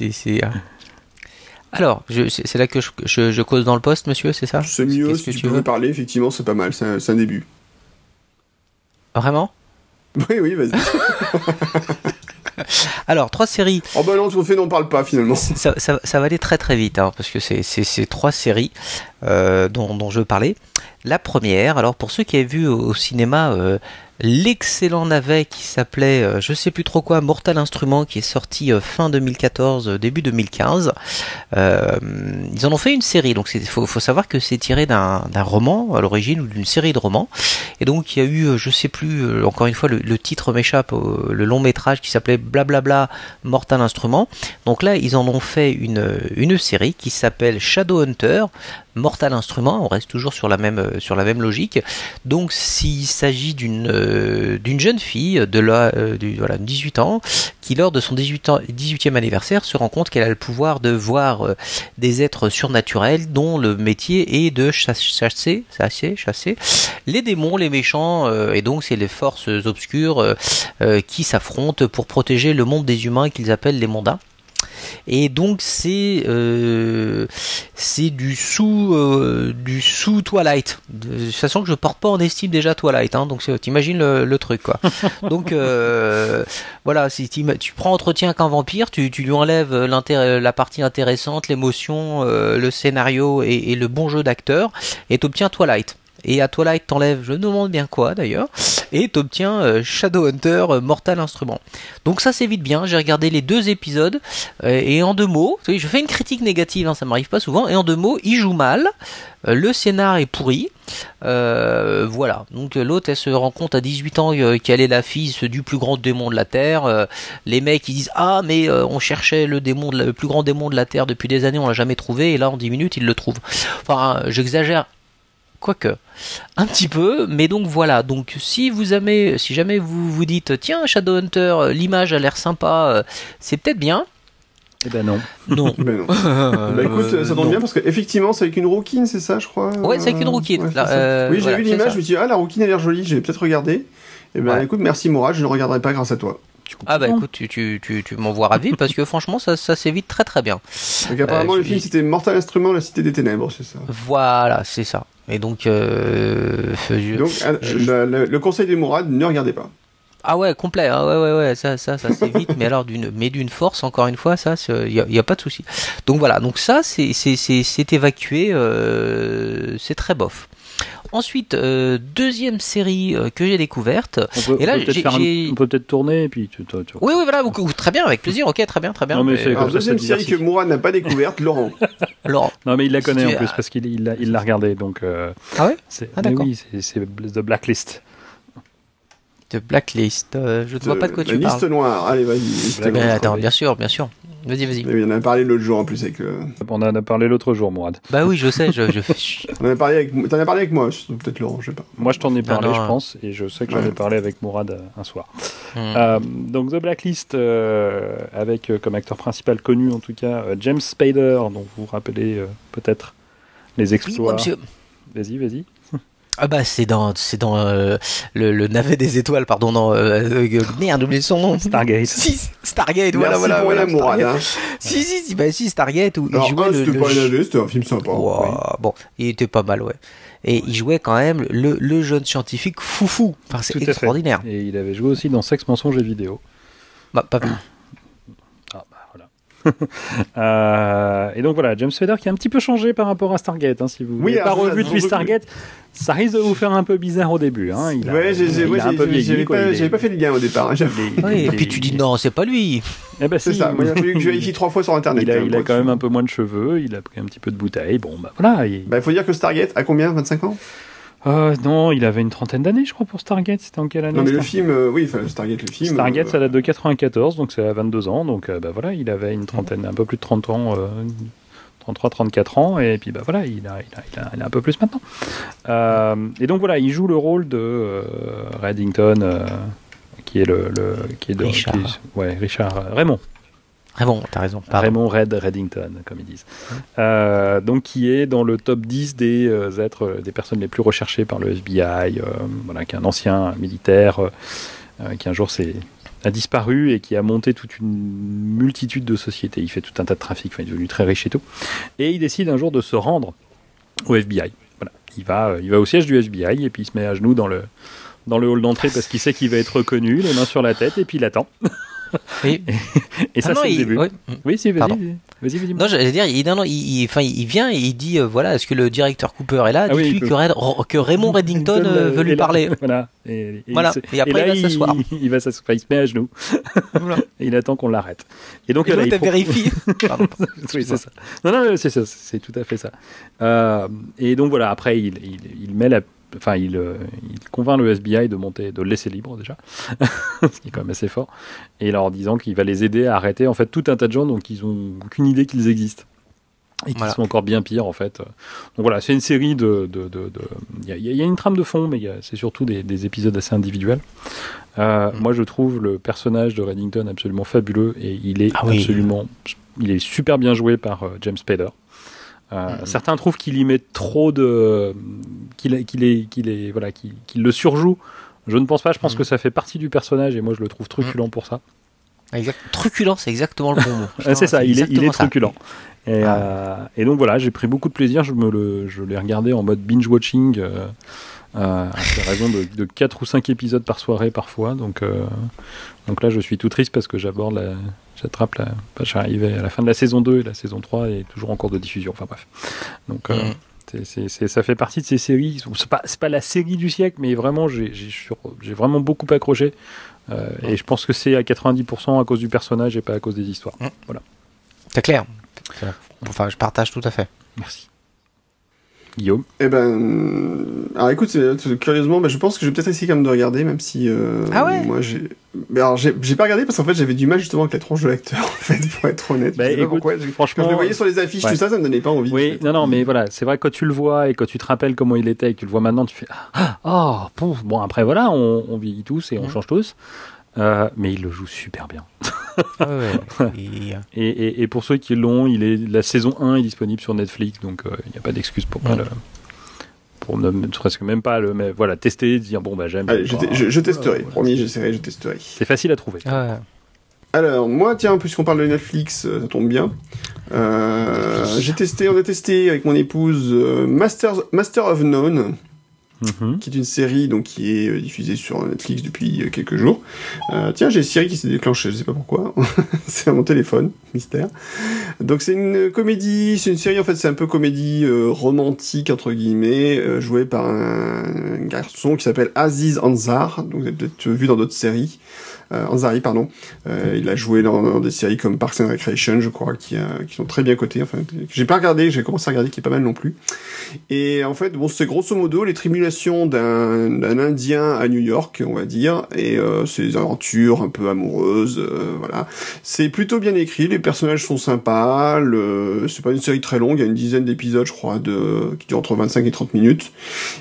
Alors, c'est là que je cause dans le poste, monsieur, c'est ça? C'est mieux, si tu veux parler, effectivement, c'est pas mal, c'est un début. Vraiment? Oui, vas-y. Alors, 3 séries. Oh bah non, n'en parle pas finalement. Ça va aller très très vite, hein, parce que c'est 3 séries dont je veux parler. La première, alors pour ceux qui avaient vu au cinéma l'excellent navet qui s'appelait je sais plus trop quoi, Mortal Instruments, qui est sorti fin 2014, début 2015, ils en ont fait une série. Donc faut savoir que c'est tiré d'un roman à l'origine, ou d'une série de romans, et donc il y a eu je sais plus, encore une fois le titre m'échappe, le long métrage qui s'appelait Blablabla Mortal Instruments. Donc là ils en ont fait une série qui s'appelle Shadowhunter Mortal Instruments. On reste toujours sur la même logique. Donc s'il s'agit d'une jeune fille de 18 ans qui, lors de son 18e anniversaire, se rend compte qu'elle a le pouvoir de voir des êtres surnaturels dont le métier est de chasser les démons, les méchants, et donc c'est les forces obscures qui s'affrontent pour protéger le monde des humains qu'ils appellent les mondains. Et donc c'est du sous Twilight, de façon que je porte pas en estime déjà Twilight, hein, donc t'imagines le truc quoi. Donc voilà, si tu prends Entretien qu'un vampire, tu lui enlèves la partie intéressante, l'émotion, le scénario et le bon jeu d'acteur, et t'obtiens Twilight. Et à Twilight t'enlèves, je me demande bien quoi d'ailleurs, et t'obtiens Shadowhunter Mortal Instruments. Donc ça c'est vite bien, j'ai regardé les 2 épisodes, et en 2 mots, je fais une critique négative, hein, ça m'arrive pas souvent, et en 2 mots, il joue mal, le scénar est pourri, voilà. Donc l'autre, elle se rend compte à 18 ans qu'elle est la fille du plus grand démon de la Terre, les mecs ils disent ah mais on cherchait le plus grand démon de la Terre depuis des années, on l'a jamais trouvé, et là en 10 minutes ils le trouvent. Enfin j'exagère, quoique un petit peu, mais donc voilà. Donc si jamais vous vous dites tiens Shadowhunter, l'image a l'air sympa, c'est peut-être bien. Eh ben non. Non. Ben non. Bah écoute, ça tombe bien parce qu'effectivement c'est avec une rouquine, c'est ça je crois. Ouais, c'est avec une rouquine. Ouais, oui, j'ai vu l'image, je me suis dit ah la rouquine a l'air jolie, j'ai peut-être regardé. Et ben écoute, merci Mourad, je ne regarderai pas grâce à toi. Ah bah écoute, tu m'envoies ravi parce que franchement ça s'évite très très bien. Donc apparemment le film c'était Mortal Instruments, la Cité des Ténèbres, c'est ça. Voilà, c'est ça. Et donc le conseil de Mourad, ne regardez pas. Ah ouais, complet, hein, ouais, ça s'évite, mais alors d'une force, encore une fois, ça, y a pas de souci. Donc voilà, donc ça c'est évacué, c'est très bof. ensuite, deuxième série que j'ai découverte. On peut peut-être tourner et puis Oui, voilà, très bien, avec plaisir. Ok, très bien. Non, mais c'est deuxième série que Mourad n'a pas découverte, Laurent. Non, mais il la connaît en plus parce qu'il l'a regardé, donc. Ah ouais. D'accord. Oui, c'est The Blacklist. The Blacklist. Je ne vois pas de quoi tu parles. La liste noire. Allez, vas-y. Attends, bien sûr. Vas-y. On en a parlé l'autre jour en plus avec. On en a parlé l'autre jour, Mourad. Bah oui, je sais. T'en as parlé avec moi, peut-être Laurent, je sais pas. Moi, je t'en ai parlé, je pense, et je sais que j'en ai parlé avec Mourad un soir. Donc The Blacklist, avec comme acteur principal connu en tout cas James Spader, dont vous vous rappelez peut-être les exploits. Oui, Vas-y. Ah bah c'est dans le navet des étoiles, pardon, non, merde, oublié son nom. Stargate. Voilà. Pour la Mourad, hein. Si, Stargate, où alors, il jouait c'était pas un navet, c'était un film sympa. Wow. Oui. Bon, il était pas mal, ouais. Et il jouait quand même le jeune scientifique foufou. Enfin, c'est extraordinaire. Et il avait joué aussi dans Sexe, mensonges et vidéos. Bah, pas vu. Et donc voilà, James Spader qui a un petit peu changé par rapport à Stargate. Hein, si vous n'avez pas revu depuis Stargate, ça risque de vous faire un peu bizarre au début. Hein. J'avais pas fait le lien au départ. Et puis tu dis non, c'est pas lui. Eh ben, c'est ça. Moi, il a fallu que je vérifie 3 fois sur Internet. Il a quand même un peu moins de cheveux, il a pris un petit peu de bouteille. Bon, bah voilà. Il faut dire que Stargate a combien, 25 ans? Non, il avait une trentaine d'années, je crois, pour Stargate. C'était en quelle année? Non, mais le film, Stargate, le film. Stargate, ça date de 94, donc c'est à 22 ans. Donc, voilà, il avait une trentaine, un peu plus de 30 ans, 33, 34 ans, et puis, voilà, il a un peu plus maintenant. Et donc, voilà, il joue le rôle de Reddington, qui est Richard Raymond. Raymond, t'as raison. Raymond Reddington, comme ils disent. Donc, qui est dans le top 10 des personnes les plus recherchées par le FBI, qui est un ancien militaire qui un jour a disparu et qui a monté toute une multitude de sociétés. Il fait tout un tas de trafic, il est devenu très riche et tout. Et il décide un jour de se rendre au FBI. Voilà. Il va au siège du FBI et puis il se met à genoux dans le hall d'entrée parce qu'il sait qu'il va être reconnu, les mains sur la tête, et puis il attend. Et ça, c'est le début. Oui, si, vas-y. Non, j'allais dire, il vient et il dit, voilà, est-ce que le directeur Cooper est là? Dites-lui que Raymond Reddington veut lui parler. Voilà. Et après, il va s'asseoir. Il se met à genoux. Voilà. Et il attend qu'on l'arrête. Et donc, il vérifie. Oui, c'est ça. Non, c'est ça. C'est tout à fait ça. Et donc, voilà, après, il met il convainc le FBI de le laisser libre déjà, ce qui est quand même assez fort, et leur disant qu'il va les aider à arrêter en fait tout un tas de gens dont ils n'ont aucune idée qu'ils existent et qui sont encore bien pires en fait. Donc voilà, c'est une série il y a une trame de fond, mais c'est surtout des épisodes assez individuels. Moi je trouve le personnage de Reddington absolument fabuleux, et il est il est super bien joué par James Spader. Certains trouvent qu'il y met trop qu'il le surjoue. Je ne pense pas. Je pense que ça fait partie du personnage, et moi je le trouve truculent pour ça. Truculent, c'est exactement le bon mot. C'est ça. Il est truculent. Et donc voilà, j'ai pris beaucoup de plaisir. Je l'ai regardé en mode binge watching. À raison de 4 ou 5 épisodes par soirée parfois. Donc là, je suis tout triste parce que j'attrape je suis arrivé à la fin de la saison 2 et la saison 3 est toujours en cours de diffusion. Enfin bref. Donc ça fait partie de ces séries. C'est pas la série du siècle, mais vraiment, j'ai vraiment beaucoup accroché. Et je pense que c'est à 90% à cause du personnage et pas à cause des histoires. Voilà. C'est clair. Enfin, je partage tout à fait. Merci. Guillaume? Alors écoute, curieusement, je pense que je vais peut-être essayer quand même de regarder, même si moi j'ai pas regardé parce qu'en fait j'avais du mal justement avec la tronche de l'acteur, en fait, pour être honnête. Franchement, quand je le voyais sur les affiches, tout ça me donnait pas envie. Oui, non, mais voilà, c'est vrai que quand tu le vois et quand tu te rappelles comment il était et que tu le vois maintenant, tu fais bon, après voilà, on vieillit tous et on change tous. Mais il le joue super bien. Et pour ceux qui l'ont, la saison 1 est disponible sur Netflix, donc il n'y a pas d'excuse pour ne serait-ce que même pas tester, dire j'aime. Allez, je testerai, promis, j'essaierai, je testerai. C'est facile à trouver. Alors moi, tiens, puisqu'on parle de Netflix, ça tombe bien. On a testé avec mon épouse Master of None. qui est une série donc qui est diffusée sur Netflix depuis quelques jours. Tiens, j'ai Siri qui s'est déclenché, je sais pas pourquoi. C'est à mon téléphone, mystère. Donc c'est une comédie, c'est une série en fait, c'est un peu comédie romantique entre guillemets, jouée par un garçon qui s'appelle Aziz Ansari. Donc vous avez peut-être vu dans d'autres séries. Ansari, pardon. Il a joué dans des séries comme Parks and Recreation, je crois, qui sont très bien cotées. Enfin, j'ai pas regardé, j'ai commencé à regarder, qui est pas mal non plus. Et en fait, bon, c'est grosso modo les tribulations d'un Indien à New York, on va dire, et ses aventures un peu amoureuses, voilà. C'est plutôt bien écrit, les personnages sont sympas, c'est pas une série très longue, il y a une dizaine d'épisodes, je crois, qui durent entre 25 et 30 minutes.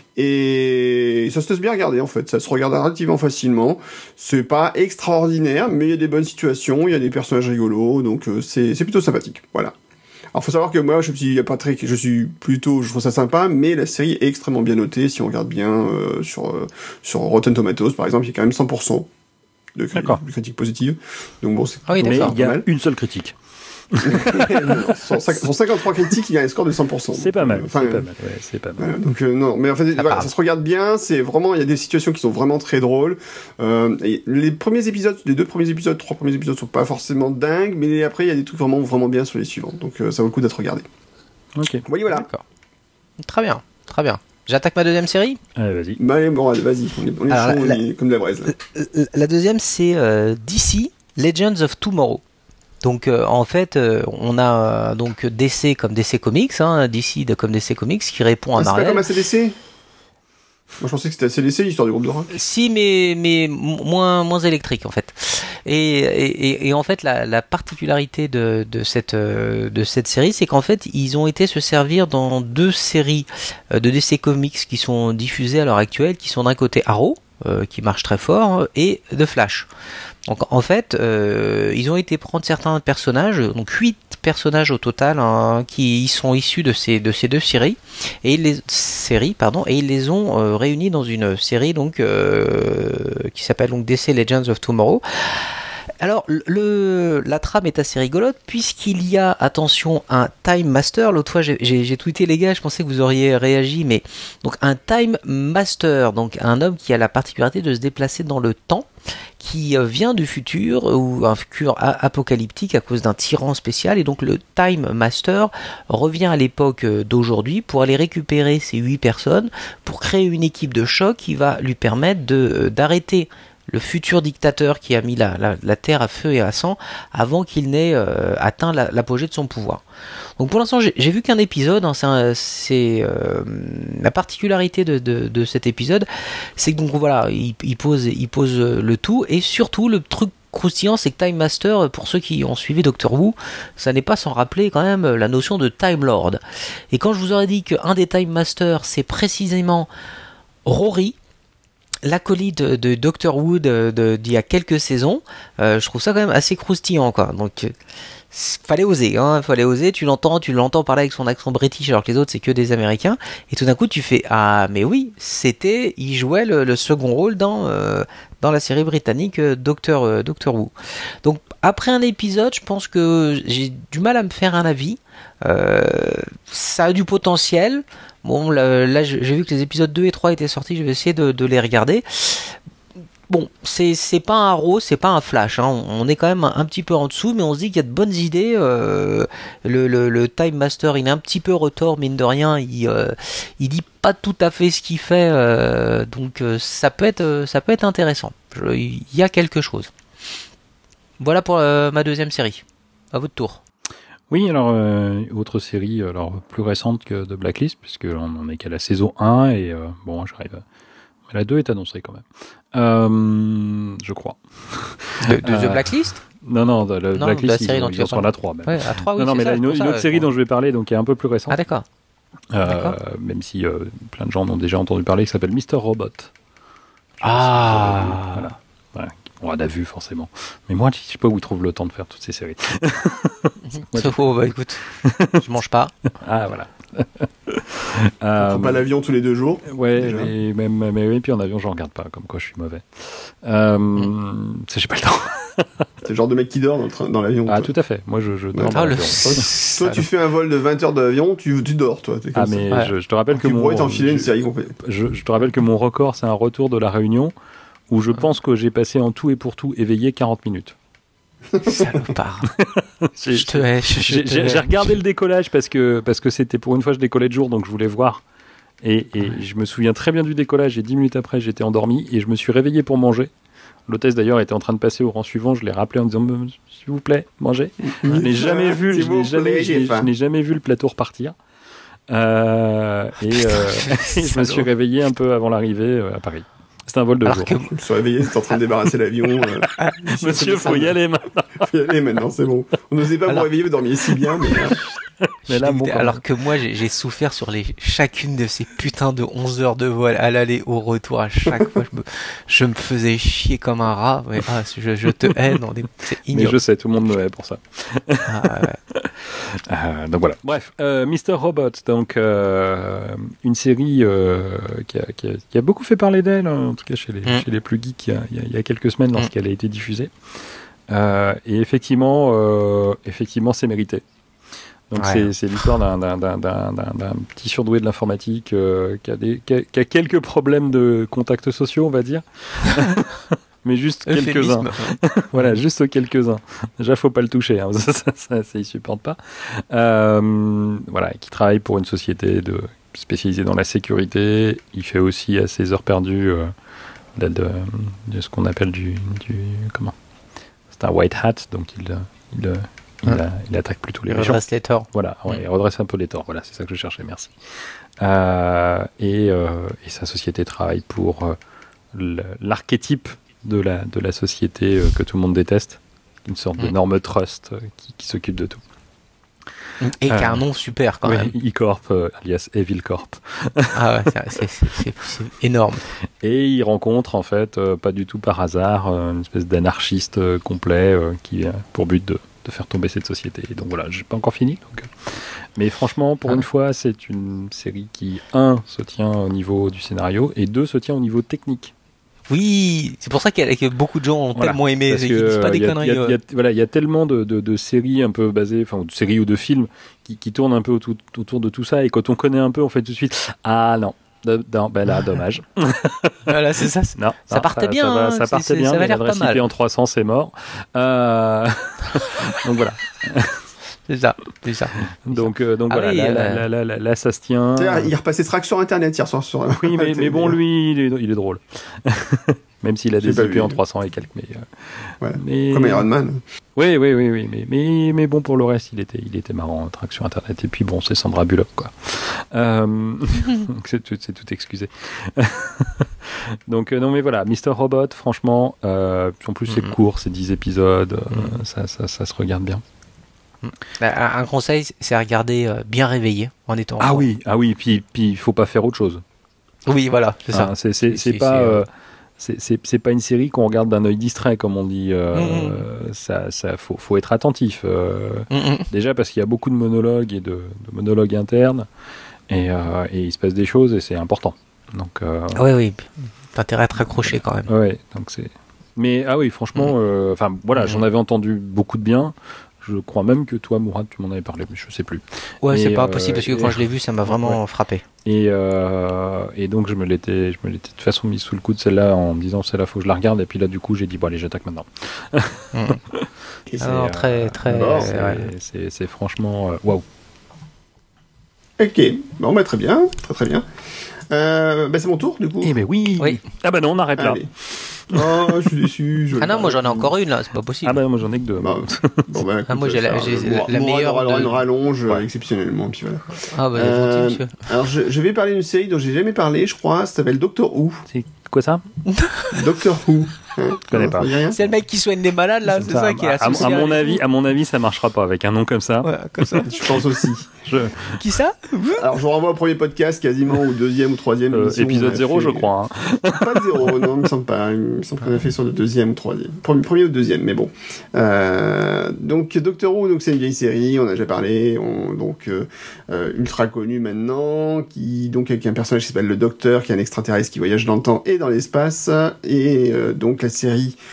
Et ça se laisse bien regarder en fait, ça se regarde relativement facilement. C'est pas extraordinaire, mais il y a des bonnes situations, il y a des personnages rigolos, donc c'est plutôt sympathique. Voilà. Alors faut savoir que moi je trouve ça sympa, mais la série est extrêmement bien notée. Si on regarde bien sur Rotten Tomatoes par exemple, il y a quand même 100% de critiques positives. Donc bon, c'est mais il y a une seule critique. Sur 53 critiques, il y a un score de 100%. C'est pas mal. C'est pas mal. Donc non, mais en fait, ça se regarde bien. C'est vraiment, il y a des situations qui sont vraiment très drôles. Les deux premiers épisodes, 3 premiers épisodes sont pas forcément dingues, mais après il y a des trucs vraiment, vraiment bien sur les suivants. Donc ça vaut le coup d'être regardé. Ok. Oui, voilà. D'accord. Très bien, très bien. J'attaque ma deuxième série. Allez, vas-y. Bah, allez, bon, vas-y. On est chaud, on est comme de la braise. La deuxième, c'est DC Legends of Tomorrow. Donc en fait, on a donc DC comme DC Comics, DC comme DC Comics qui répond à Marvel. C'est pas comme ACDC ? Moi je pensais que c'était ACDC, l'histoire du groupe de rock. Si, mais moins électrique en fait. Et en fait, la particularité de cette série, c'est qu'en fait, ils ont été se servir dans 2 séries de DC Comics qui sont diffusées à l'heure actuelle, qui sont d'un côté Arrow, qui marche très fort, et The Flash. Donc en fait, ils ont été prendre certains personnages, donc 8 personnages au total, qui sont issus de ces 2 séries, et ils les ont réunis dans une série donc qui s'appelle donc DC Legends of Tomorrow. Alors, la trame est assez rigolote, puisqu'il y a, attention, un Time Master. L'autre fois, j'ai tweeté, les gars, je pensais que vous auriez réagi, mais donc un Time Master, donc un homme qui a la particularité de se déplacer dans le temps, qui vient du futur, ou un futur apocalyptique à cause d'un tyran spécial, et donc le Time Master revient à l'époque d'aujourd'hui pour aller récupérer ces 8 personnes, pour créer une équipe de choc qui va lui permettre d'arrêter le futur dictateur qui a mis la terre à feu et à sang avant qu'il n'ait atteint l'apogée de son pouvoir. Donc pour l'instant j'ai vu qu'un épisode, c'est la particularité de cet épisode, c'est que donc voilà, il pose le tout, et surtout le truc croustillant, c'est que Time Master, pour ceux qui ont suivi Doctor Who, ça n'est pas sans rappeler quand même la notion de Time Lord. Et quand je vous aurais dit qu'un des Time Masters c'est précisément Rory, l'acolyte de Doctor Who d'il y a quelques saisons, je trouve ça quand même assez croustillant, quoi. Donc fallait oser, tu l'entends parler avec son accent british alors que les autres c'est que des Américains, et tout d'un coup tu fais ah mais oui, il jouait le second rôle dans la série britannique Doctor Who. Donc après un épisode, je pense que j'ai du mal à me faire un avis. Ça a du potentiel. Bon, là j'ai vu que les épisodes 2 et 3 étaient sortis, je vais essayer de les regarder. Bon, c'est pas un Arrow, c'est pas un Flash, on est quand même un petit peu en dessous, mais on se dit qu'il y a de bonnes idées. Le Time Master, il est un petit peu retors, mine de rien, il dit pas tout à fait ce qu'il fait, donc ça peut être intéressant. Il y a quelque chose. Voilà pour ma deuxième série. À votre tour. Oui, alors, autre série plus récente que de Blacklist, puisque on n'en est qu'à la saison 1, et bon, j'arrive à... La 2 est annoncée quand même. Je crois. De The Blacklist ? Non, de la Blacklist, de la série dont tu en la 3. Même. Ouais, à 3, oui, non, mais là, une autre série dont je vais parler, donc qui est un peu plus récente. Ah, d'accord. Même si plein de gens en ont déjà entendu parler, qui s'appelle Mr. Robot. Voilà. On a vu forcément. Mais moi, je sais pas où ils trouvent le temps de faire toutes ces séries. C'est faux, bah écoute, je mange pas. Ah, voilà. On prend pas l'avion tous les 2 jours. Ouais, mais oui, puis en avion, je regarde pas, comme quoi je suis mauvais. Ça, j'ai pas le temps. C'est le genre de mec qui dort dans l'avion. Ah, toi. tout à fait. Moi, je dors dans l'avion. Toi, tu fais un vol de 20 heures d'avion, tu dors, toi. Ah, mais ouais. je te rappelle que tu pourrais t'enfiler une série complète. Je te rappelle que mon record, c'est un retour de la Réunion où je pense que j'ai passé en tout et pour tout éveillé 40 minutes. Salopard. Je te hais. J'ai regardé le décollage parce que c'était pour une fois je décollais de jour, donc je voulais voir. Et je me souviens très bien du décollage, et 10 minutes après, j'étais endormi, et je me suis réveillé pour manger. L'hôtesse, d'ailleurs, était en train de passer au rang suivant, je l'ai rappelé en disant « S'il vous plaît, mangez ». Je n'ai jamais vu, je n'ai jamais vu le plateau repartir. Je me suis réveillé un peu avant l'arrivée à Paris. C'était un vol de jour. Je me suis réveillé, c'était en train de débarrasser l'avion. Monsieur, faut y aller maintenant. Faut y aller maintenant, c'est bon. On n'osait pas vous réveiller, vous dormiez si bien, mais... Mais là, alors que moi, j'ai souffert sur chacune de ces putains de 11 heures de vol à l'aller, au retour, à chaque fois, je me faisais chier comme un rat. Ouais, je te hais, c'est ignoble. Mais je sais, tout le monde me hait pour ça. Donc voilà. Bref, Mr. Robot, donc une série qui a beaucoup fait parler d'elle, en tout cas chez les plus geeks, il y a quelques semaines lorsqu'elle a été diffusée. Et effectivement, c'est mérité. Donc c'est l'histoire d'un petit surdoué de l'informatique qui a quelques problèmes de contacts sociaux, on va dire. Mais juste quelques-uns. Voilà, juste quelques-uns. Déjà, faut pas le toucher, hein. Ça, il supporte pas. Voilà, qui travaille pour une société spécialisée dans la sécurité. Il fait aussi à ses heures perdues de ce qu'on appelle comment ? C'est un white hat, donc il attaque plutôt les gens. Il redresse les torts. Voilà, il redresse un peu les torts. Voilà, c'est ça que je cherchais, merci. Et sa société travaille pour l'archétype de la société que tout le monde déteste, une sorte d'énorme trust qui s'occupe de tout. Et qui a un nom super quand même. E-Corp, alias Evil Corp. Ah ouais, c'est énorme. Et il rencontre en fait, pas du tout par hasard, une espèce d'anarchiste complet qui a pour but de faire tomber cette société. Et donc voilà, j'ai pas encore fini. Donc, mais franchement, pour une fois, c'est une série qui, 1, se tient au niveau du scénario, et 2, se tient au niveau technique. Oui, c'est pour ça que beaucoup de gens ont tellement aimé. Ils disent pas des conneries. Il y a tellement de séries un peu basées, enfin, de séries ou de films qui tournent un peu autour de tout ça, et quand on connaît un peu, on fait tout de suite « Ah non, ben là, dommage. » Voilà, c'est ça. Non, ça partait bien. Ça partait bien, mais l'adresse IP en 300, c'est mort. Donc voilà. C'est ça. Donc voilà, là, ça se tient. Il repassait Track sur Internet hier soir. Oui, mais bon, lui, il est drôle. Même s'il a des IP en 300 et quelques. Mais comme Iron Man. Oui. Mais bon, pour le reste, il était marrant, Track sur Internet. Et puis bon, c'est Sandra Bullock, quoi. Donc c'est tout excusé. Donc non, mais voilà, Mr. Robot, franchement, en plus c'est court, c'est 10 épisodes, ça se regarde bien. Un conseil, c'est à regarder bien réveillé en étant. Ah oui, puis il faut pas faire autre chose. Oui, voilà, c'est ça. C'est pas c'est pas une série qu'on regarde d'un œil distrait, comme on dit. Ça faut être attentif. Déjà parce qu'il y a beaucoup de monologues et de monologues internes, et il se passe des choses et c'est important. Donc. Oui, t'as intérêt à être accroché quand même. Ouais, donc c'est. Mais franchement, enfin voilà, j'en avais entendu beaucoup de bien. Je crois même que toi, Mourad, tu m'en avais parlé, mais je sais plus. Ouais, c'est pas impossible parce que quand je l'ai vu, ça m'a vraiment frappé. Et donc je me l'étais de toute façon mis sous le coup de celle-là en me disant celle-là faut que je la regarde, et puis là du coup j'ai dit bon allez, j'attaque maintenant. Très c'est franchement waouh. Ok, bon bah très bien. C'est mon tour du coup. Eh ben oui. Ah bah non, on arrête là. Oh, je suis déçu. Ah non, moi j'en ai encore une là, c'est pas possible. Ah bah moi j'en ai que 2. Moi j'ai la meilleure. On aura une rallonge exceptionnellement, puis voilà. Ah bah gentil monsieur. Alors je vais parler d'une série dont j'ai jamais parlé, je crois. Ça s'appelle Doctor Who. C'est quoi ça? Doctor Who. Je connais pas. C'est le mec qui soigne des malades là, c'est ça qui est associé. À mon avis, ça marchera pas avec un nom comme ça. Ouais, comme ça. Je pense aussi. Qui ça? Alors je vous renvoie au premier podcast quasiment, ou deuxième ou troisième émission. Épisode 0 je crois. Pas de 0, non, il me semble pas. Il me semble qu'on a fait sur le deuxième ou troisième. Premier ou deuxième, mais bon. Donc Doctor Who, donc c'est une vieille série, on a déjà parlé, ultra connue maintenant, qui donc avec un personnage qui s'appelle le Docteur, qui est un extraterrestre qui voyage dans le temps et dans l'espace, et donc la série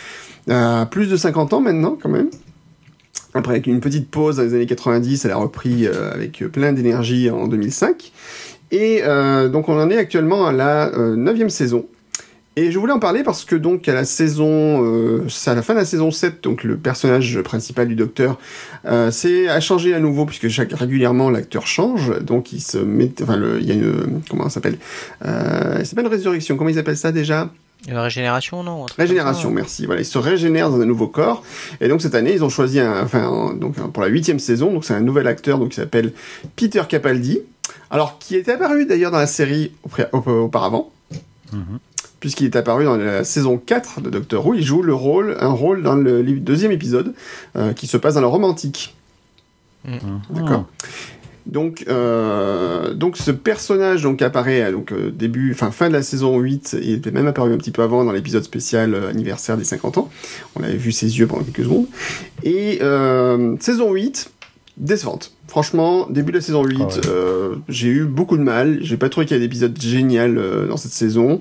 plus de 50 ans maintenant, quand même. Après, avec une petite pause dans les années 90, elle a repris avec plein d'énergie en 2005. Et donc, on en est actuellement à la 9e saison. Et je voulais en parler parce que donc à la saison, c'est à la fin de la saison 7, donc le personnage principal du Docteur a changé à nouveau puisque régulièrement l'acteur change, donc il se met, il y a une, comment ça s'appelle, c'est pas une résurrection, comment ils appellent ça déjà? Une régénération, non? Régénération, merci. Voilà, il se régénère dans un nouveau corps. Et donc cette année, ils ont choisi pour la 8e saison, donc c'est un nouvel acteur donc qui s'appelle Peter Capaldi. Alors qui était apparu d'ailleurs dans la série auparavant. Puisqu'il est apparu dans la saison 4 de Doctor Who, il joue un rôle dans le 2e épisode, qui se passe dans le romantique. D'accord. Donc ce personnage donc apparaît fin de la saison 8, il était même apparu un petit peu avant dans l'épisode spécial anniversaire des 50 ans. On avait vu ses yeux pendant quelques secondes. Et saison 8, décevante. Franchement, début de la saison 8, j'ai eu beaucoup de mal. J'ai pas trouvé qu'il y ait d'épisodes génial dans cette saison.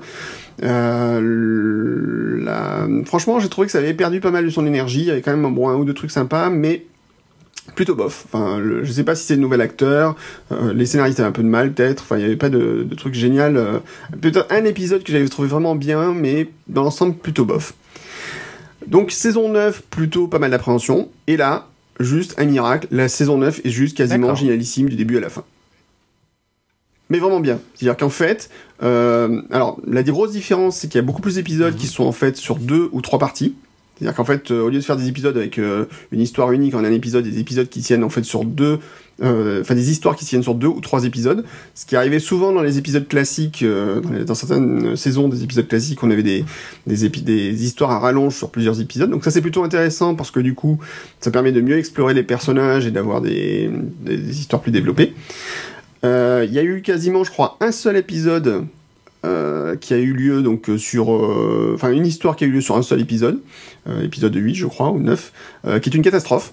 Franchement, j'ai trouvé que ça avait perdu pas mal de son énergie. Il y avait quand même un ou deux trucs sympas, mais plutôt bof. Enfin, je sais pas si c'est le nouvel acteur. Les scénaristes avaient un peu de mal, peut-être. Enfin, il y avait pas de truc génial. Peut-être un épisode que j'avais trouvé vraiment bien, mais dans l'ensemble, plutôt bof. Donc, saison 9, plutôt pas mal d'appréhension. Et là, juste un miracle. La saison 9 est juste quasiment génialissime du début à la fin. Mais vraiment bien. C'est-à-dire qu'en fait, alors, la grosse différence, c'est qu'il y a beaucoup plus d'épisodes qui sont en fait sur 2 ou 3 parties. C'est-à-dire qu'en fait, au lieu de faire des épisodes avec une histoire unique en un épisode, des épisodes qui tiennent en fait sur des histoires qui tiennent sur 2 ou 3 épisodes. Ce qui arrivait souvent dans les épisodes classiques, dans certaines saisons des épisodes classiques, on avait des histoires à rallonge sur plusieurs épisodes. Donc ça, c'est plutôt intéressant parce que du coup, ça permet de mieux explorer les personnages et d'avoir des histoires plus développées. Il y a eu quasiment, je crois, un seul épisode qui a eu lieu donc une histoire qui a eu lieu sur un seul épisode, épisode 8 je crois, ou 9, qui est une catastrophe.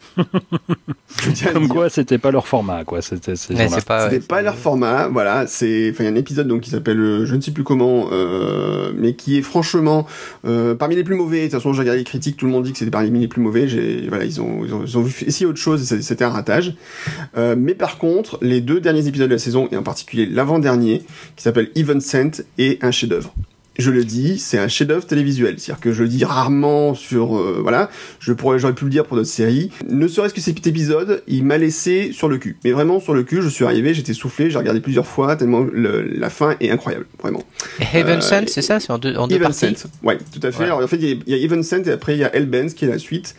Comme quoi, c'était pas leur format, quoi. C'était pas leur format, voilà. Il y a un épisode donc qui s'appelle je ne sais plus comment, mais qui est franchement parmi les plus mauvais. De toute façon, j'ai regardé les critiques, tout le monde dit que c'était parmi les plus mauvais. Ils ont essayé autre chose, et c'était un ratage. Mais par contre, les 2 derniers épisodes de la saison, et en particulier l'avant-dernier, qui s'appelle Heaven Sent, est un chef-d'œuvre. Je le dis, c'est un chef-d'œuvre télévisuel. C'est-à-dire que je le dis rarement sur, j'aurais pu le dire pour d'autres séries. Ne serait-ce que cet épisode, il m'a laissé sur le cul. Mais vraiment sur le cul, je suis arrivé, j'étais soufflé, j'ai regardé plusieurs fois, tellement la fin est incroyable, vraiment. Heaven Sent, c'est ça? C'est en deux parties? Ouais, tout à fait. Ouais. Alors en fait, il y a Heaven Sent et après il y a Hellbent qui est la suite,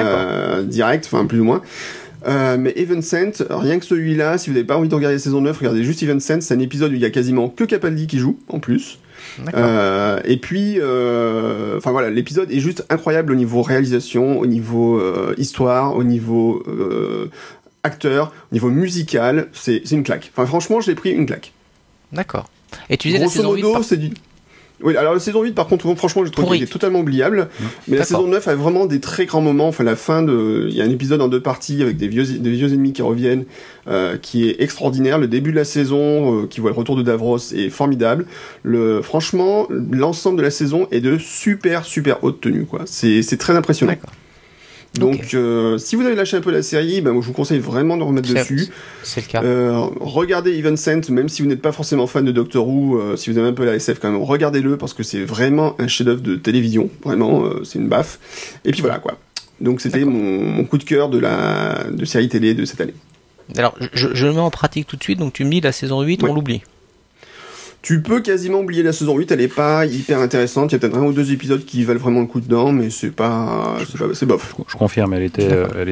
direct, enfin plus ou moins. Mais Heaven Sent, rien que celui-là, si vous n'avez pas envie de regarder la saison 9, regardez juste Heaven Sent, c'est un épisode où il y a quasiment que Capaldi qui joue, en plus. Et puis, l'épisode est juste incroyable au niveau réalisation, au niveau histoire, au niveau acteur, au niveau musical, c'est une claque. Enfin, franchement, je l'ai pris une claque. D'accord. Et tu disais la saison 8 c'est du... Oui, alors la saison 8, par contre, franchement, j'ai trouvé qu'elle était totalement oubliable. Mais la saison 9 a vraiment des très grands moments. Enfin, la fin il y a un épisode en 2 parties avec des vieux ennemis qui reviennent, qui est extraordinaire. Le début de la saison, qui voit le retour de Davros, est formidable. Franchement, l'ensemble de la saison est de super, super haute tenue, quoi. C'est très impressionnant. D'accord. Donc, si vous avez lâché un peu la série, moi, je vous conseille vraiment de remettre dessus. C'est le cas. Regardez Heaven Sent, même si vous n'êtes pas forcément fan de Doctor Who, si vous aimez un peu la SF quand même, regardez-le parce que c'est vraiment un chef-d'œuvre de télévision. Vraiment, c'est une baffe. Et puis voilà, quoi. Donc, c'était mon coup de cœur de série télé de cette année. Alors, je le mets en pratique tout de suite. Donc, tu me dis la saison 8, on l'oublie. Tu peux quasiment oublier la saison 8, elle est pas hyper intéressante, il y a peut-être 1 ou 2 épisodes qui valent vraiment le coup dedans, mais c'est bof. Je confirme, elle était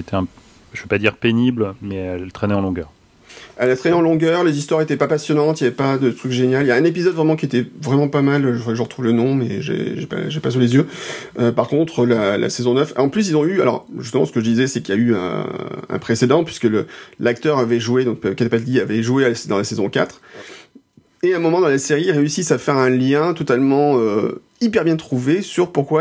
je vais pas dire pénible, mais elle traînait en longueur. Elle a traîné en longueur, les histoires étaient pas passionnantes, il y avait pas de trucs génial. Il y a un épisode vraiment qui était vraiment pas mal, je retrouve le nom, mais j'ai pas sous les yeux. Par contre, la saison 9, en plus ils ont eu, alors justement ce que je disais, c'est qu'il y a eu un précédent, puisque l'acteur avait joué, donc Capaldi avait joué dans la saison 4. Et à un moment dans la série, ils réussissent à faire un lien totalement hyper bien trouvé sur pourquoi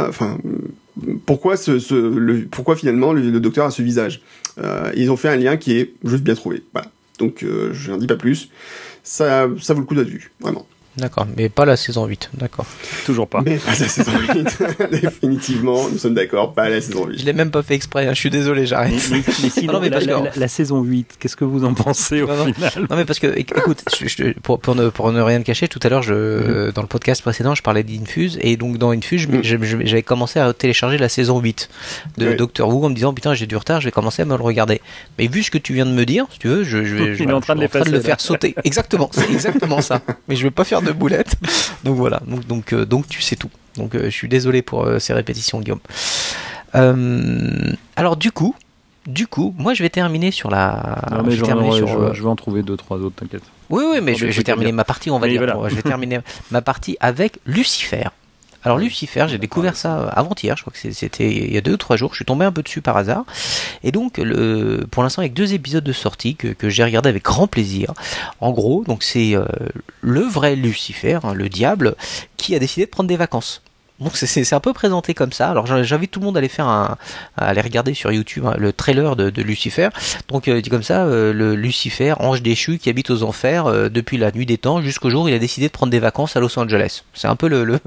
pourquoi finalement le docteur a ce visage. Ils ont fait un lien qui est juste bien trouvé. Voilà. Donc je n'en dis pas plus. Ça vaut le coup d'être vu, vraiment. D'accord, mais pas la saison 8, d'accord. Toujours pas. Mais pas la saison 8. Définitivement, nous sommes d'accord, pas la saison 8. Je l'ai même pas fait exprès, hein. Je suis désolé, j'arrête. Mais sinon, Non, mais parce que- la saison 8, qu'est-ce que vous en pensez au final? Non mais parce que écoute, pour ne rien cacher, tout à l'heure dans le podcast précédent, je parlais d'Infuse et donc dans Infuse, j'avais commencé à télécharger la saison 8 de Doctor Who en me disant putain, j'ai du retard, je vais commencer à me le regarder. Mais vu ce que tu viens de me dire, si tu veux, je est en train de le faire sauter. Exactement, c'est exactement ça. Mais je vais pas faire de boulettes. Donc voilà, donc tu sais tout. Donc je suis désolé pour ces répétitions, Guillaume. Alors du coup, moi je vais terminer sur la. Non, mais je vais en trouver 2-3 autres, t'inquiète. Oui, mais je vais terminer ma partie, on va dire. Voilà. Je vais terminer ma partie avec Lucifer. Alors Lucifer, j'ai découvert ça avant-hier, je crois que c'était il y a 2 ou 3 jours, je suis tombé un peu dessus par hasard. Et donc pour l'instant avec 2 épisodes de sortie que j'ai regardé avec grand plaisir. En gros, donc c'est le vrai Lucifer, hein, le diable, qui a décidé de prendre des vacances. Donc c'est un peu présenté comme ça. Alors j'invite tout le monde à aller regarder sur YouTube le trailer de Lucifer. Donc dit comme ça, le Lucifer, ange déchu qui habite aux enfers depuis la nuit des temps jusqu'au jour où il a décidé de prendre des vacances à Los Angeles. C'est un peu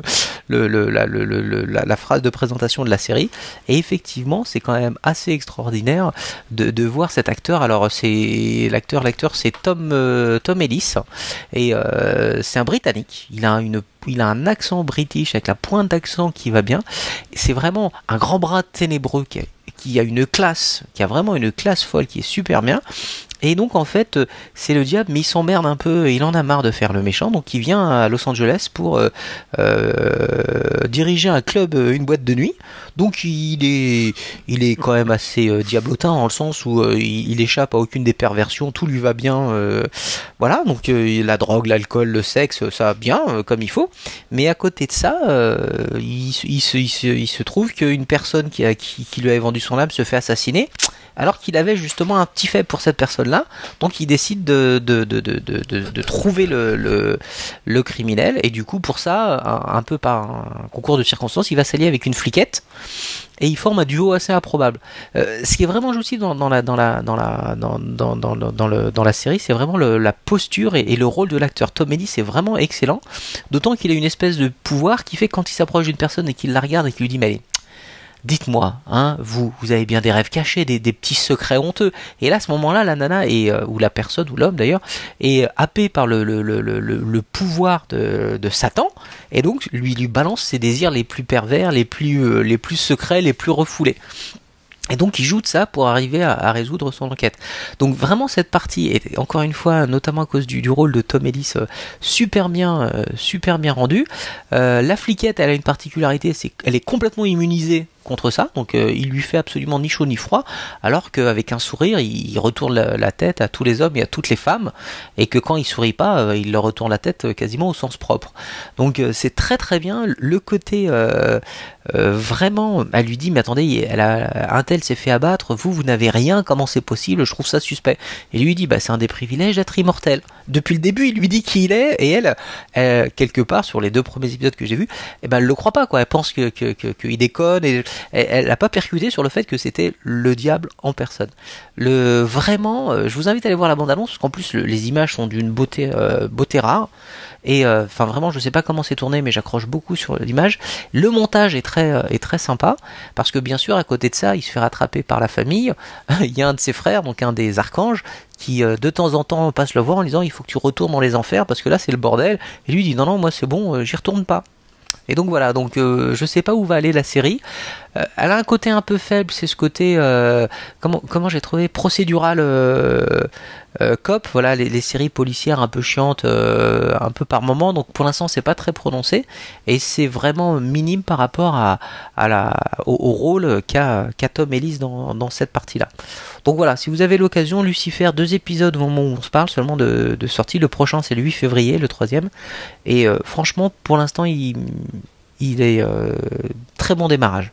la phrase de présentation de la série. Et effectivement, c'est quand même assez extraordinaire de voir cet acteur. Alors l'acteur c'est Tom Ellis et c'est un Britannique. Il a un accent british avec la pointe d'accent qui va bien. C'est vraiment un grand bras ténébreux qui a une classe, qui a vraiment une classe folle, qui est super bien. Et donc en fait, c'est le diable, mais il s'emmerde un peu, il en a marre de faire le méchant, donc il vient à Los Angeles pour diriger un club, une boîte de nuit. Donc il est quand même assez diablotin, dans le sens où il échappe à aucune des perversions, tout lui va bien. Voilà, donc la drogue, l'alcool, le sexe, ça va bien, comme il faut. Mais à côté de ça, il se trouve qu'une personne qui lui avait vendu son âme se fait assassiner, alors qu'il avait justement un petit faible pour cette personne-là. Donc il décide de trouver le criminel, et du coup pour ça, un peu par un concours de circonstances, il va s'allier avec une fliquette et ils forment un duo assez improbable. Ce qui est vraiment jouissif dans la série, c'est vraiment la posture et le rôle de l'acteur. Tom Ellis est vraiment excellent, d'autant qu'il a une espèce de pouvoir qui fait que quand il s'approche d'une personne et qu'il la regarde et qu'il lui dit mais dites-moi, hein, vous avez bien des rêves cachés, des petits secrets honteux. Et là, à ce moment-là, la nana ou la personne ou l'homme d'ailleurs est happé par le pouvoir de Satan, et donc lui balance ses désirs les plus pervers, les plus secrets, les plus refoulés. Et donc il joue de ça pour arriver à résoudre son enquête. Donc vraiment cette partie est, encore une fois, notamment à cause du rôle de Tom Ellis, super bien rendu. La fliquette, elle a une particularité, c'est qu'elle est complètement immunisée contre ça, donc il lui fait absolument ni chaud ni froid, alors qu'avec un sourire il retourne la tête à tous les hommes et à toutes les femmes, et que quand il sourit pas, il leur retourne la tête quasiment au sens propre. Donc c'est très très bien. Le côté vraiment, elle lui dit mais attendez, un tel s'est fait abattre, vous n'avez rien, comment c'est possible, je trouve ça suspect. Et lui dit bah c'est un des privilèges d'être immortel. Depuis le début il lui dit qui il est, et elle quelque part sur les 2 premiers épisodes que j'ai vus, elle le croit pas, quoi. Elle pense qu'il déconne, et elle n'a pas percuté sur le fait que c'était le diable en personne. Vraiment, je vous invite à aller voir la bande-annonce, parce qu'en plus les images sont d'une beauté rare. Et enfin vraiment, je sais pas comment c'est tourné, mais j'accroche beaucoup sur l'image. Le montage est très sympa, parce que bien sûr à côté de ça, il se fait rattraper par la famille. Il y a un de ses frères, donc un des archanges, qui de temps en temps passe le voir en disant il faut que tu retournes dans les enfers parce que là c'est le bordel. Et lui dit non moi c'est bon, j'y retourne pas. Et donc voilà, donc je sais pas où va aller la série. Elle a un côté un peu faible, c'est ce côté comment j'ai trouvé procédural cop, voilà, les séries policières un peu chiantes, un peu par moment. Donc pour l'instant c'est pas très prononcé, et c'est vraiment minime par rapport au rôle qu'a Tom Ellis dans cette partie-là. Donc voilà, si vous avez l'occasion, Lucifer, 2 épisodes au moment où on se parle seulement de sortie. Le prochain c'est le 8 février, le 3e. Et franchement, pour l'instant, il est très bon démarrage.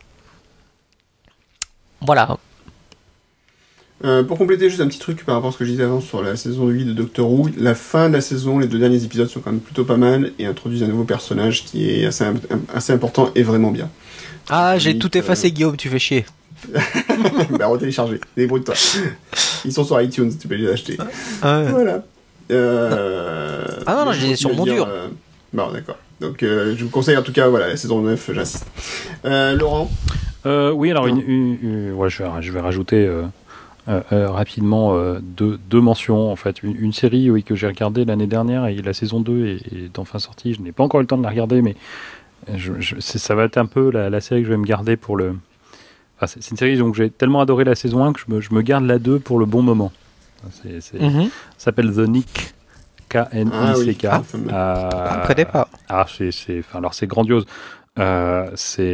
Voilà. Pour compléter juste un petit truc par rapport à ce que je disais avant sur la saison 8 de Doctor Who, la fin de la saison, les 2 derniers épisodes sont quand même plutôt pas mal et introduisent un nouveau personnage qui est assez important et vraiment bien. Ah, j'ai tout effacé, Guillaume, tu fais chier. Bah retélécharger, débrouille-toi. Ils sont sur iTunes, tu peux les acheter. Ah ouais. Voilà. Ah non, je les ai sur mon dur. Bon, d'accord. Donc, je vous conseille en tout cas, voilà, la saison 9, j'insiste. Laurent? Oui, alors, ouais, je vais rajouter rapidement deux mentions, en fait. Une série, oui, que j'ai regardée l'année dernière, et la saison 2 est enfin sortie. Je n'ai pas encore eu le temps de la regarder, mais ça va être un peu la série que je vais me garder pour le... Enfin, c'est une série dont j'ai tellement adoré la saison 1 que je me garde la 2 pour le bon moment. Ça s'appelle The Knick. K-N-I-C-K. Je ne connais pas. Alors c'est grandiose. C'est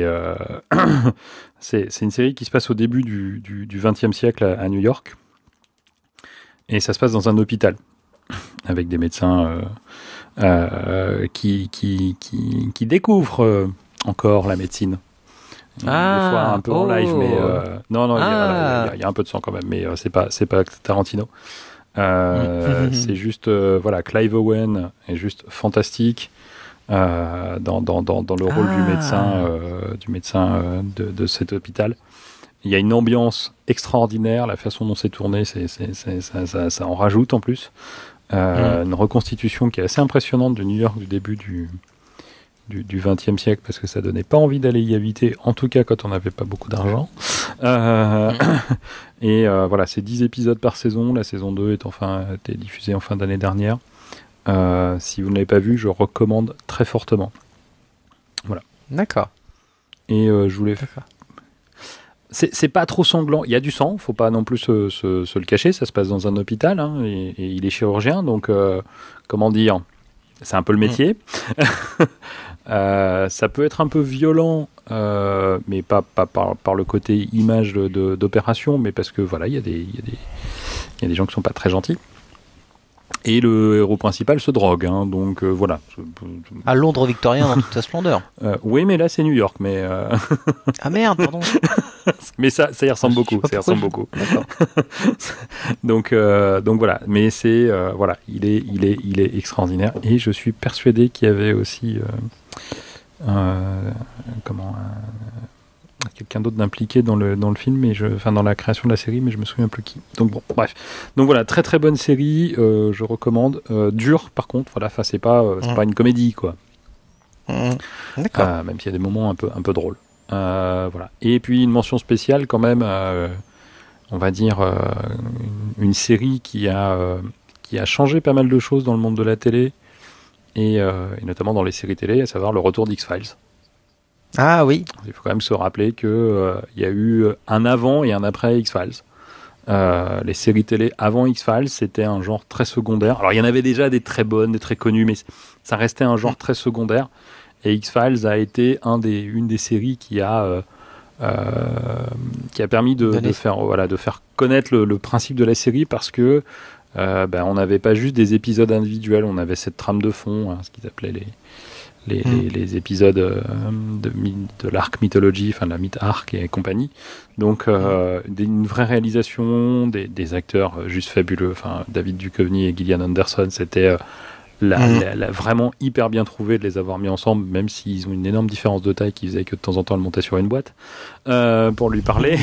une série qui se passe au début du XXe siècle à New York. Et ça se passe dans un hôpital avec des médecins qui découvrent encore la médecine. Des fois un peu en live, mais non, il y a un peu de sang quand même, mais c'est pas Tarantino. C'est juste voilà, Clive Owen est juste fantastique dans le rôle du médecin de cet hôpital. Il y a une ambiance extraordinaire, la façon dont c'est tourné, ça en rajoute en plus. Une reconstitution qui est assez impressionnante de New York du début du XXe siècle, parce que ça donnait pas envie d'aller y habiter, en tout cas quand on n'avait pas beaucoup d'argent. Et voilà, c'est 10 épisodes par saison. La saison 2 été diffusée en fin d'année dernière. Si vous ne l'avez pas vu, je recommande très fortement. Voilà. D'accord. Et je voulais faire... C'est pas trop sanglant. Il y a du sang, faut pas non plus se le cacher. Ça se passe dans un hôpital, hein, et il est chirurgien, donc comment dire, c'est un peu le métier. Ça peut être un peu violent, mais pas par le côté image d'opération, mais parce que voilà, il y a des gens qui sont pas très gentils. Et le héros principal se drogue, hein, donc voilà. À Londres victorien dans toute sa splendeur. Oui, mais là c'est New York, mais. Ah merde, pardon. Mais ça y ressemble beaucoup. Ça y ressemble beaucoup. donc voilà. Mais c'est voilà, il est extraordinaire, et je suis persuadé qu'il y avait aussi quelqu'un d'autre d'impliqué dans le film, dans la création de la série, mais je me souviens plus qui. Donc bon, bref. Donc voilà, très très bonne série, je recommande. Dure par contre, voilà, c'est pas une comédie quoi. D'accord. Même s'il y a des moments un peu drôles. Voilà. Et puis une mention spéciale quand même, on va dire une série qui a changé pas mal de choses dans le monde de la télé, et notamment dans les séries télé, à savoir le retour d'X-Files. Ah oui. Il faut quand même se rappeler qu'il y a eu un avant et un après X-Files. Les séries télé avant X-Files, c'était un genre très secondaire. Alors il y en avait déjà des très bonnes, des très connues, mais ça restait un genre très secondaire. Et X-Files a été une des séries qui a permis de faire connaître le principe de la série, parce que on n'avait pas juste des épisodes individuels, on avait cette trame de fond, hein, ce qu'ils appelaient les épisodes de l'arc mythologie, enfin de la mythe arc et compagnie. Donc une vraie réalisation, des acteurs juste fabuleux. Enfin, David Duchovny et Gillian Anderson, c'était vraiment hyper bien trouvé de les avoir mis ensemble, même s'ils ont une énorme différence de taille qui faisait que de temps en temps elle montait sur une boîte pour lui parler.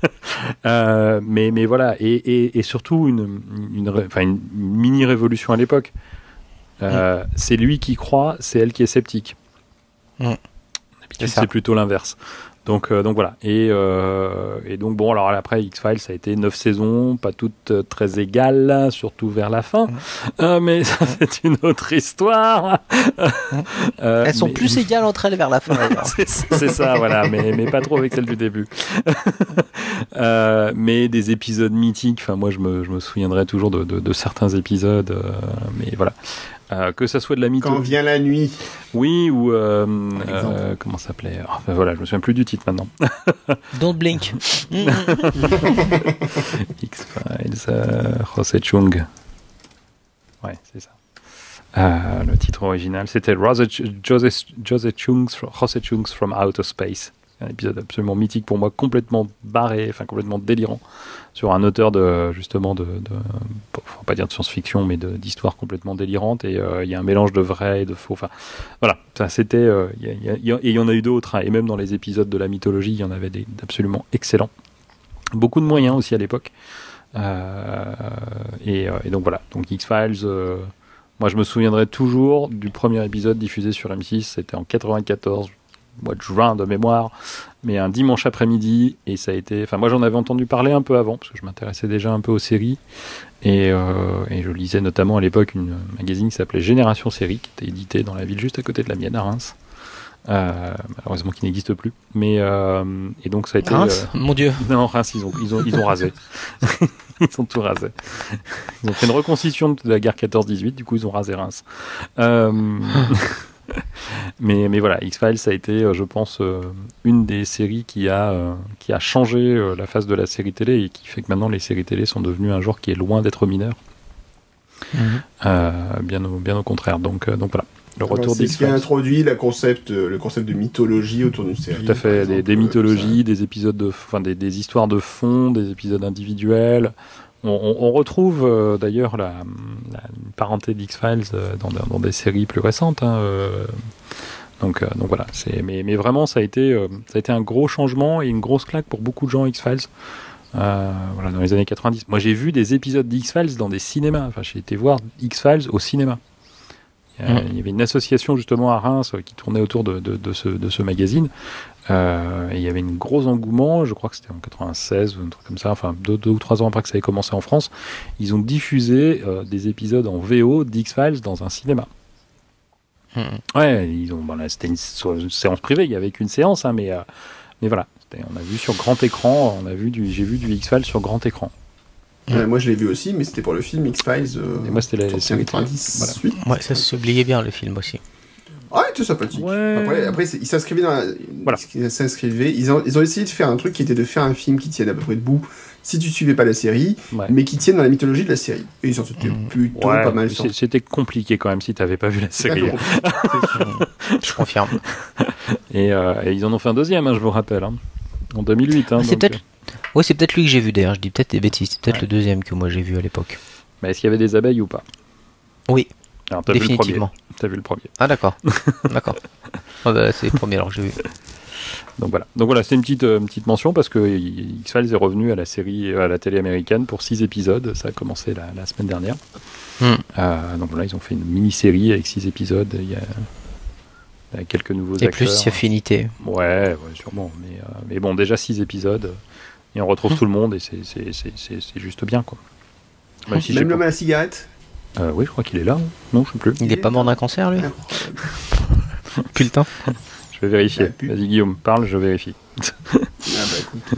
Mais voilà, et surtout une mini révolution à l'époque. C'est lui qui croit, c'est elle qui est sceptique. D'habitude, c'est plutôt l'inverse. Donc voilà. Et donc bon, alors après X-Files, ça a été 9 saisons, pas toutes très égales, surtout vers la fin. Mais ça, c'est une autre histoire. Elles sont plus égales entre elles vers la fin. c'est ça, voilà, mais pas trop avec celle du début. Mais des épisodes mythiques. Enfin, moi, je me souviendrai toujours de certains épisodes. Mais voilà. Que ça soit de la mythologie. Quand vient la nuit. Oui, ou comment ça s'appelait, enfin, voilà, je me souviens plus du titre maintenant. Don't Blink. X-Files, José Chung. Ouais, c'est ça. Le titre original, c'était José Chung's from Outer Space. Un épisode absolument mythique pour moi, complètement barré, enfin complètement délirant, sur un auteur faut pas dire de science-fiction, mais d'histoire complètement délirante, et il y a un mélange de vrai et de faux. Enfin, voilà, ça c'était, et il y en a eu d'autres, hein, et même dans les épisodes de la mythologie, il y en avait absolument excellents. Beaucoup de moyens aussi à l'époque. Et donc voilà, donc X-Files, Moi, je me souviendrai toujours du premier épisode diffusé sur M6. C'était en 94, mois de juin de mémoire, mais un dimanche après-midi. Et ça a été. Enfin, moi, j'en avais entendu parler un peu avant, parce que je m'intéressais déjà un peu aux séries. Et je lisais notamment à l'époque une magazine qui s'appelait Génération Série, qui était édité dans la ville juste à côté de la mienne, à Reims. Malheureusement qui n'existe plus. Mais et donc ça a été. Reims, mon Dieu. Non, Reims, ils ont rasé. Ils ont tout rasé. Ils ont fait une reconstitution de la guerre 14-18, du coup ils ont rasé Reims. mais voilà, X-Files, ça a été, je pense, une des séries qui a changé la face de la série télé et qui fait que maintenant les séries télé sont devenues un genre qui est loin d'être mineur. Bien au contraire. Donc voilà. Le retour c'est ce qui a introduit le concept de mythologie autour d'une série. Tout à fait, des mythologies, des épisodes des histoires de fond, des épisodes individuels. On retrouve d'ailleurs la parenté d'X-Files dans des séries plus récentes. Donc voilà, mais vraiment ça a été un gros changement et une grosse claque pour beaucoup de gens X-Files. Voilà, dans les années 90. Moi j'ai vu des épisodes d'X-Files dans des cinémas. Enfin, j'ai été voir X-Files au cinéma. Il y avait une association justement à Reims qui tournait autour de ce magazine. Et il y avait un gros engouement, je crois que c'était en 96 ou un truc comme ça, enfin 2 ou 3 ans après que ça avait commencé en France. Ils ont diffusé des épisodes en VO d'X-Files dans un cinéma. Ouais, c'était une séance privée, il n'y avait qu'une séance, mais voilà, on a vu sur grand écran, j'ai vu du X-Files sur grand écran. Moi je l'ai vu aussi, mais c'était pour le film X-Files. Et moi c'était la série 90. Voilà. Ouais, ça s'oubliait bien le film aussi. Ouais, tout sympathique. Ouais. Après ils s'inscrivaient ils ont essayé de faire un truc qui était de faire un film qui tienne à peu près debout si tu suivais pas la série, mais qui tienne dans la mythologie de la série. Et ils s'en étaient plutôt pas mal sortis. C'était compliqué quand même si t'avais pas vu la série. Je confirme. Et ils en ont fait un deuxième, je vous rappelle, en 2008. C'est peut-être lui que j'ai vu d'ailleurs, je dis peut-être des bêtises, c'est peut-être le deuxième que moi j'ai vu à l'époque. Mais est-ce qu'il y avait des abeilles ou pas? Oui. Alors, définitivement. T'as vu le premier. Ah d'accord. D'accord. C'est le premier alors que j'ai vu. Donc voilà, c'est une petite mention parce que X-Files est revenu à la télé américaine pour 6 épisodes, ça a commencé la semaine dernière. Donc voilà, ils ont fait une mini-série avec 6 épisodes, il y a quelques nouveaux acteurs. Et plus affinité. Ouais, sûrement, mais bon, déjà 6 épisodes, et on retrouve tout le monde et c'est juste bien, quoi. Même l'homme à la cigarette. Oui, je crois qu'il est là. Non, je sais plus. Il est pas mort d'un cancer, lui. Plus le temps. Je vais vérifier. Vas-y, Guillaume, parle, je vérifie. Écoute.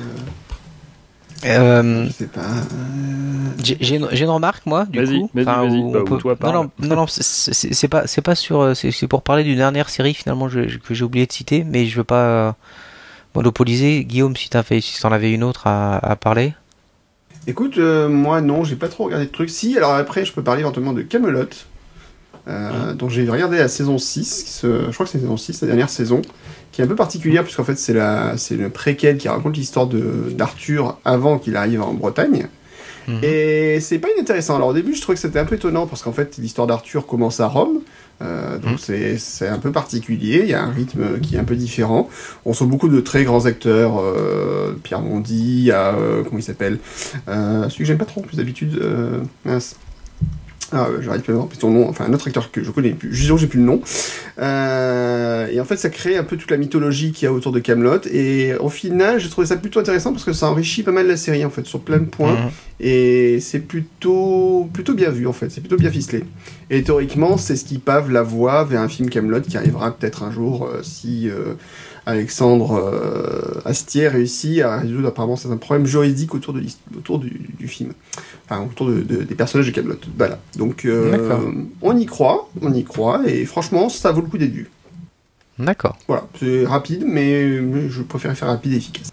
Je sais pas. J'ai une remarque, moi, du coup. Vas-y. Toi, parle. Non, c'est pas sur. C'est pour parler d'une dernière série, finalement, que j'ai oublié de citer, mais je veux pas monopoliser. Guillaume, si t'en avais une autre à parler. Écoute, moi non, j'ai pas trop regardé de trucs. Si, alors après, je peux parler éventuellement de Camelot, dont j'ai regardé la saison 6, je crois que c'est la saison 6, la dernière saison, qui est un peu particulière, puisqu'en fait c'est le préquel qui raconte l'histoire d'Arthur avant qu'il arrive en Bretagne. Et c'est pas inintéressant. Alors au début, je trouvais que c'était un peu étonnant, parce qu'en fait, l'histoire d'Arthur commence à Rome, donc c'est un peu particulier, il y a un rythme qui est un peu différent. On sent beaucoup de très grands acteurs, Pierre Mondy, il y a, comment il s'appelle, celui que j'aime pas trop plus d'habitude, mince. J'arrive pas à voir son nom, enfin un autre acteur que je connais plus, j'ai plus le nom. Et en fait ça crée un peu toute la mythologie qu'il y a autour de Camelot, et au final j'ai trouvé ça plutôt intéressant parce que ça enrichit pas mal la série en fait sur plein de points, et c'est plutôt bien vu en fait, c'est plutôt bien ficelé. Et théoriquement c'est ce qui pave la voie vers un film Camelot qui arrivera peut-être un jour si Alexandre Astier réussit à résoudre apparemment certains problèmes juridiques autour du film. Enfin, autour des personnages de Camelot. Voilà. Donc, on y croit, et franchement, ça vaut le coup d'être vu. D'accord. Voilà, c'est rapide, mais je préfère faire rapide et efficace.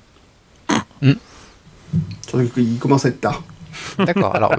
Surtout qu'il commence à être tard. D'accord. Alors,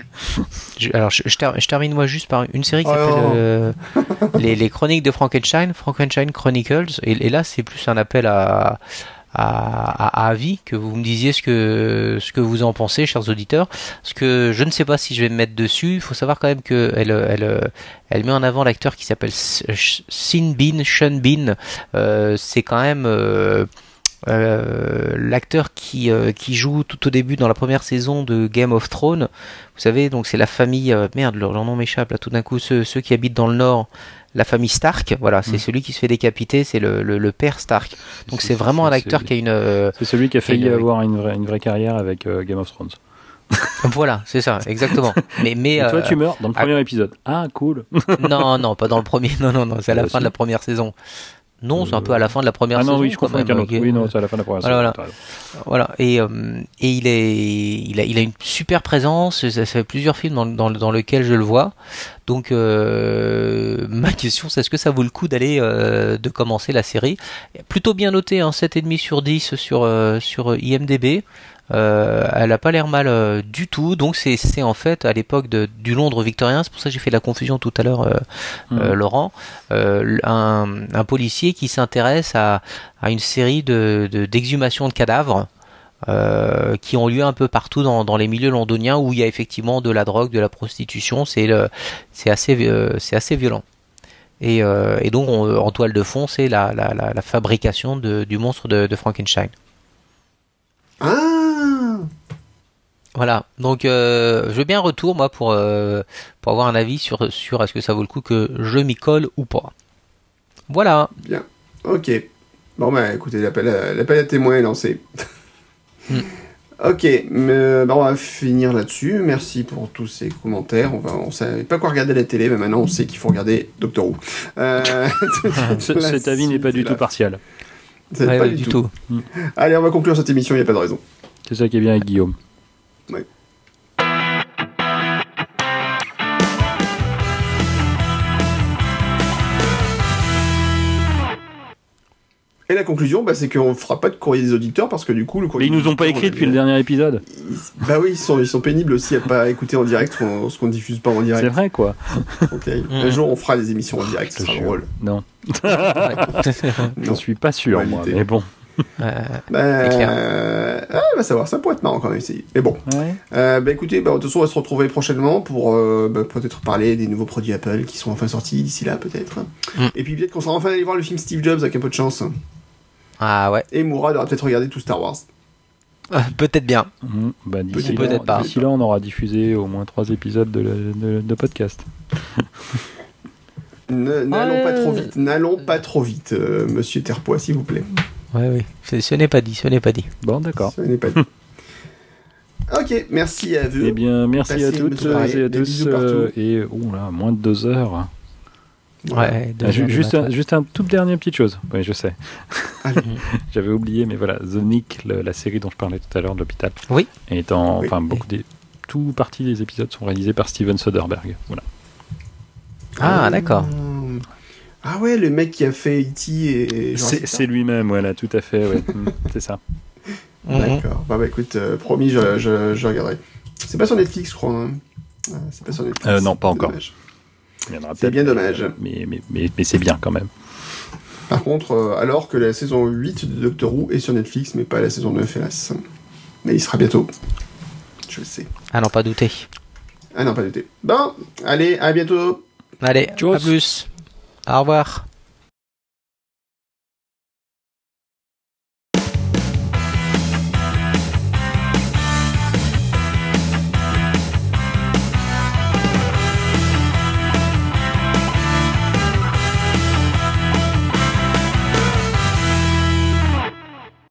je termine moi juste par une série qui s'appelle les Chroniques de Frankenstein Chronicles. Et là, c'est plus un appel à avis, que vous me disiez ce que vous en pensez, chers auditeurs, parce que je ne sais pas si je vais me mettre dessus. Il faut savoir quand même que elle met en avant l'acteur qui s'appelle Sean Bean. C'est quand même l'acteur qui joue tout au début dans la première saison de Game of Thrones, vous savez, donc c'est la famille, merde, leur nom m'échappe là tout d'un coup, ceux qui habitent dans le nord, la famille Stark, voilà, c'est celui qui se fait décapiter, c'est le père Stark. Donc c'est vraiment un acteur qui a une... c'est celui qui a failli avoir une vraie carrière avec Game of Thrones. Voilà, c'est ça, exactement. Mais et toi, tu meurs dans le premier épisode. Ah, cool. Non, pas dans le premier. Non, c'est à la fin de la première saison. Non, c'est un peu à la fin de la première saison. Ah non, oui, je confonds avec un autre. Oui, non, c'est à la fin de la première saison. Voilà. Et il a une super présence. Ça fait plusieurs films dans lesquels je le vois. Donc, ma question, c'est est-ce que ça vaut le coup de commencer la série? Plutôt bien noté, 7,5 sur 10 sur IMDb. Elle a pas l'air mal du tout, donc c'est en fait à l'époque du Londres victorien, c'est pour ça que j'ai fait la confusion tout à l'heure, Laurent, un policier qui s'intéresse à une série d'exhumations de cadavres qui ont lieu un peu partout dans les milieux londoniens où il y a effectivement de la drogue, de la prostitution, c'est assez violent. Et donc en toile de fond, c'est la fabrication du monstre de Frankenstein. Voilà, donc je veux bien un retour moi pour avoir un avis sur est-ce que ça vaut le coup que je m'y colle ou pas. Voilà. Bien, ok. Bon bah écoutez, l'appel à témoins est lancé. Ok, on va finir là-dessus. Merci pour tous ces commentaires. On savait pas quoi regarder à la télé, mais maintenant on sait qu'il faut regarder Doctor Who. Cet avis n'est pas du tout partial. Pas du tout. Allez, on va conclure cette émission, il n'y a pas de raison. C'est ça qui est bien avec Guillaume. Ouais. Et la conclusion, c'est qu'on ne fera pas de courrier des auditeurs parce que du coup, le courrier. Mais ils nous ont pas écrit depuis le dernier épisode. Oui, ils sont pénibles aussi à pas écouter en direct ce qu'on diffuse pas en direct. C'est vrai quoi. Okay. Un jour, on fera des émissions en direct, ce sera drôle. Non. J'en suis pas sûr, moi, mais bon. Va savoir, ça pourrait être marrant quand même essayer. Mais bon. Ouais. Écoutez, de toute façon, on va se retrouver prochainement pour peut-être parler des nouveaux produits Apple qui sont enfin sortis d'ici là, peut-être. Et puis peut-être qu'on sera enfin allé voir le film Steve Jobs avec un peu de chance. Ah ouais. Et Mourad aura peut-être regardé tout Star Wars. Peut-être bien. D'ici là, on aura diffusé au moins 3 épisodes de podcast. N'allons pas trop vite, monsieur Terpois, s'il vous plaît. Oui. Ce n'est pas dit. Bon, d'accord. Ce n'est pas dit. Ok, merci à vous. Eh bien, merci à toutes et à tous. Et moins de 2 heures. Ouais. Juste un tout dernier petite chose. Oui, je sais. J'avais oublié, mais voilà, The Nick, la série dont je parlais tout à l'heure de l'hôpital. Oui. Tout partie des épisodes sont réalisés par Steven Soderbergh. Voilà. Ah, d'accord. Ah ouais, le mec qui a fait E.T. et... C'est lui-même, voilà, tout à fait, ouais. C'est ça. D'accord. Écoute, promis, je regarderai. C'est pas sur Netflix, je crois. C'est pas sur Netflix. Non, pas encore. Dommage. C'est bien dommage. Mais c'est bien quand même. Par contre, alors que la saison 8 de Doctor Who est sur Netflix, mais pas la saison 9, hélas. Mais il sera bientôt. Je le sais. Ah non, pas douter. Bon, allez, à bientôt. Allez, à plus. Au revoir.